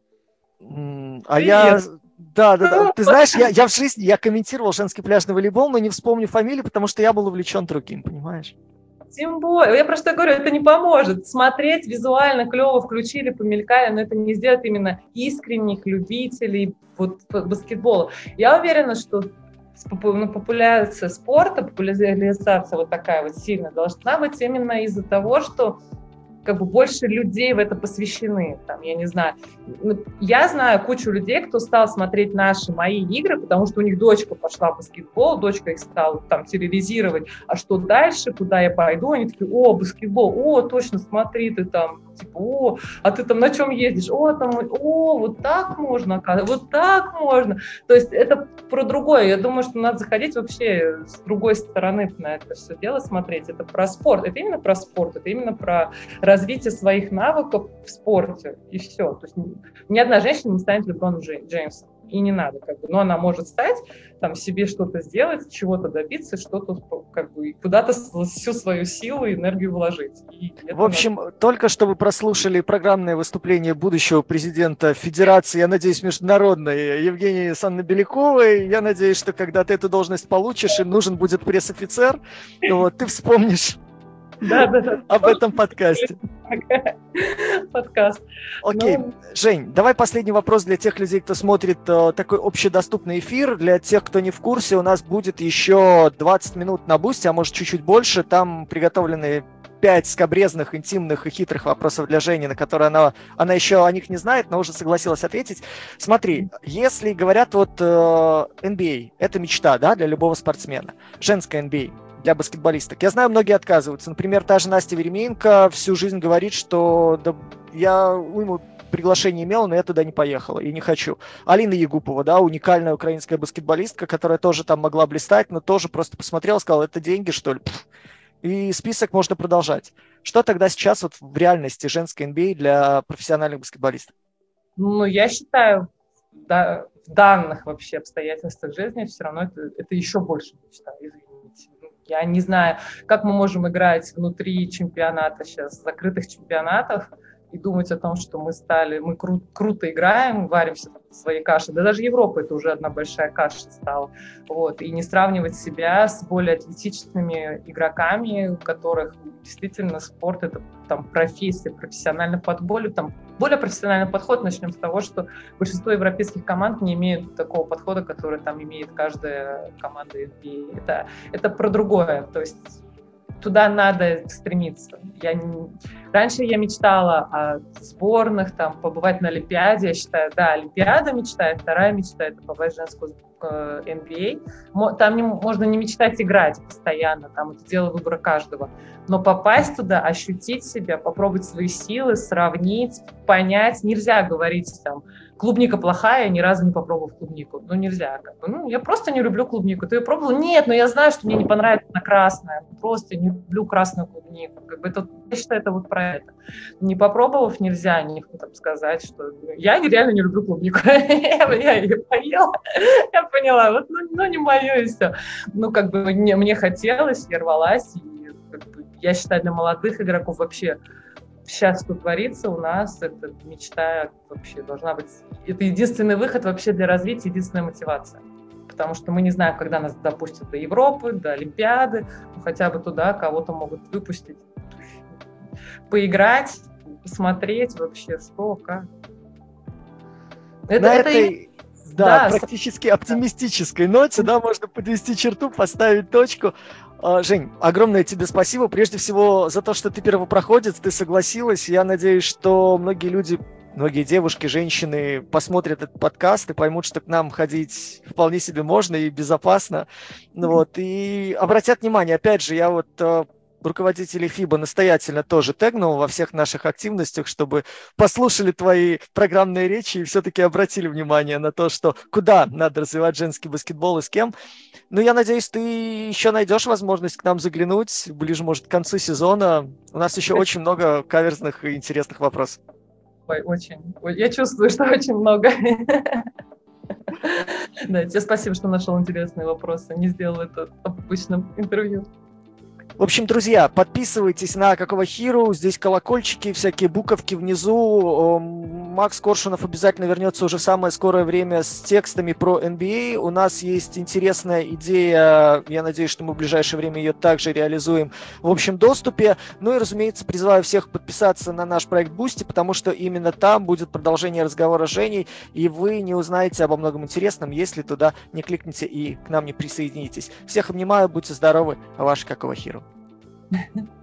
А Привет. я... Да, да, да. Ты знаешь, я, я в жизни я комментировал женский пляжный волейбол, но не вспомню фамилию, потому что я был увлечен другим, понимаешь? Тем более, я просто говорю, это не поможет. Смотреть визуально клево, включили, помелькали, но это не сделает именно искренних любителей вот, баскетбола. Я уверена, что популяция спорта, популяризация вот такая вот сильная должна быть именно из-за того, что как бы больше людей в это посвящены. Там, я не знаю. Я знаю кучу людей, кто стал смотреть наши, мои игры, потому что у них дочка пошла в баскетбол, дочка их стала там терроризировать. А что дальше, куда я пойду? Они такие: о, баскетбол, о, точно, смотри, ты там, типа, о, а ты там на чем ездишь? О, там, о, вот так можно, оказывается, вот так можно. То есть это про другое. Я думаю, что надо заходить вообще с другой стороны на это все дело смотреть. Это про спорт. Это именно про спорт, это именно про развитие своих навыков в спорте, и все. То есть ни одна женщина не станет Леброном Джеймсом, и не надо, как бы. Но она может стать, там, себе что-то сделать, чего-то добиться, что-то, как бы, куда-то всю свою силу и энергию вложить. И в общем, надо... только что вы прослушали программное выступление будущего президента Федерации, я надеюсь, международной, Евгении Санны Беляковой. Я надеюсь, что когда ты эту должность получишь, и нужен будет пресс-офицер, вот, ты вспомнишь Да, да, да. об этом подкасте. Подкаст. Окей. Ну... Жень, давай последний вопрос для тех людей, кто смотрит э, такой общедоступный эфир. Для тех, кто не в курсе, у нас будет еще двадцать минут на Бусти, а может чуть-чуть больше. Там приготовлены пять скабрезных, интимных и хитрых вопросов для Жени, на которые она, она еще о них не знает, но уже согласилась ответить. Смотри, если говорят вот э, эн би эй, это мечта, да, для любого спортсмена. Женская эн би эй. Для баскетболисток. Я знаю, многие отказываются. Например, та же Настя Веремеенко всю жизнь говорит, что да, я уйму приглашение имела, но я туда не поехала и не хочу. Алина Егупова, да, уникальная украинская баскетболистка, которая тоже там могла блистать, но тоже просто посмотрела, сказала: это деньги, что ли? Пфф. И список можно продолжать. Что тогда сейчас вот в реальности женской эн би эй для профессиональных баскетболистов? Ну, я считаю, да, в данных вообще обстоятельствах жизни все равно это, это еще больше мечта, извините. Я не знаю, как мы можем играть внутри чемпионата сейчас, закрытых чемпионатов, и думать о том, что мы стали, мы кру- круто играем, варимся в своей каше. Да даже Европа это уже одна большая каша стала. Вот. И не сравнивать себя с более атлетичными игроками, у которых действительно спорт — это там профессия, профессиональный подход. Там более профессиональный подход. Начнем с того, что большинство европейских команд не имеют такого подхода, который там имеет каждая команда эн би эй. Это, это про другое. То есть туда надо стремиться. Я не... Раньше я мечтала о сборных, там, побывать на Олимпиаде. Я считаю, да, Олимпиада мечта, и вторая мечта — это попасть в женскую э, эн би эй. Там не, можно не мечтать играть постоянно, там это дело выбора каждого. Но попасть туда, ощутить себя, попробовать свои силы, сравнить, понять. Нельзя говорить, там, клубника плохая, я ни разу не попробовал клубнику. Ну, нельзя. Как бы. Ну, я просто не люблю клубнику. Ты ее пробовал? Нет, но я знаю, что мне не понравится она красная. Просто не люблю красную клубнику. Как бы это, я считаю, это вот про это. Не попробовав, нельзя не там, сказать, что я реально не люблю клубнику. Я ее поела, я поняла, вот, ну, не мое, и все. Ну, как бы мне хотелось, я рвалась. Я считаю, для молодых игроков вообще сейчас, что творится у нас, это мечта вообще должна быть. Это единственный выход вообще для развития, единственная мотивация. Потому что мы не знаем, когда нас допустят до Европы, до Олимпиады, ну, хотя бы туда кого-то могут выпустить. Поиграть, посмотреть вообще, что, как. Это, На это... этой... Да, да, практически с... оптимистической ноте, да, можно подвести черту, поставить точку. Жень, огромное тебе спасибо, прежде всего, за то, что ты первопроходец, ты согласилась. Я надеюсь, что многие люди, многие девушки, женщины посмотрят этот подкаст и поймут, что к нам ходить вполне себе можно и безопасно. Вот, и обратят внимание, опять же, я вот руководителей ФИБА настоятельно тоже тегнул во всех наших активностях, чтобы послушали твои программные речи и все-таки обратили внимание на то, что куда надо развивать женский баскетбол и с кем. Ну, я надеюсь, ты еще найдешь возможность к нам заглянуть ближе, может, к концу сезона. У нас еще очень много каверзных и интересных вопросов. Ой, очень. Ой, я чувствую, что очень много. Да, тебе спасибо, что нашел интересные вопросы, не сделал это в обычном интервью. В общем, друзья, подписывайтесь на Какого Hero, здесь колокольчики, всякие буковки внизу. Макс Коршунов обязательно вернется уже в самое скорое время с текстами про эн би эй. У нас есть интересная идея, я надеюсь, что мы в ближайшее время ее также реализуем в общем доступе. Ну и, разумеется, призываю всех подписаться на наш проект Boosty, потому что именно там будет продолжение разговора с Женей, и вы не узнаете обо многом интересном, если туда не кликнете и к нам не присоединитесь. Всех обнимаю, будьте здоровы, ваш Какого Hero.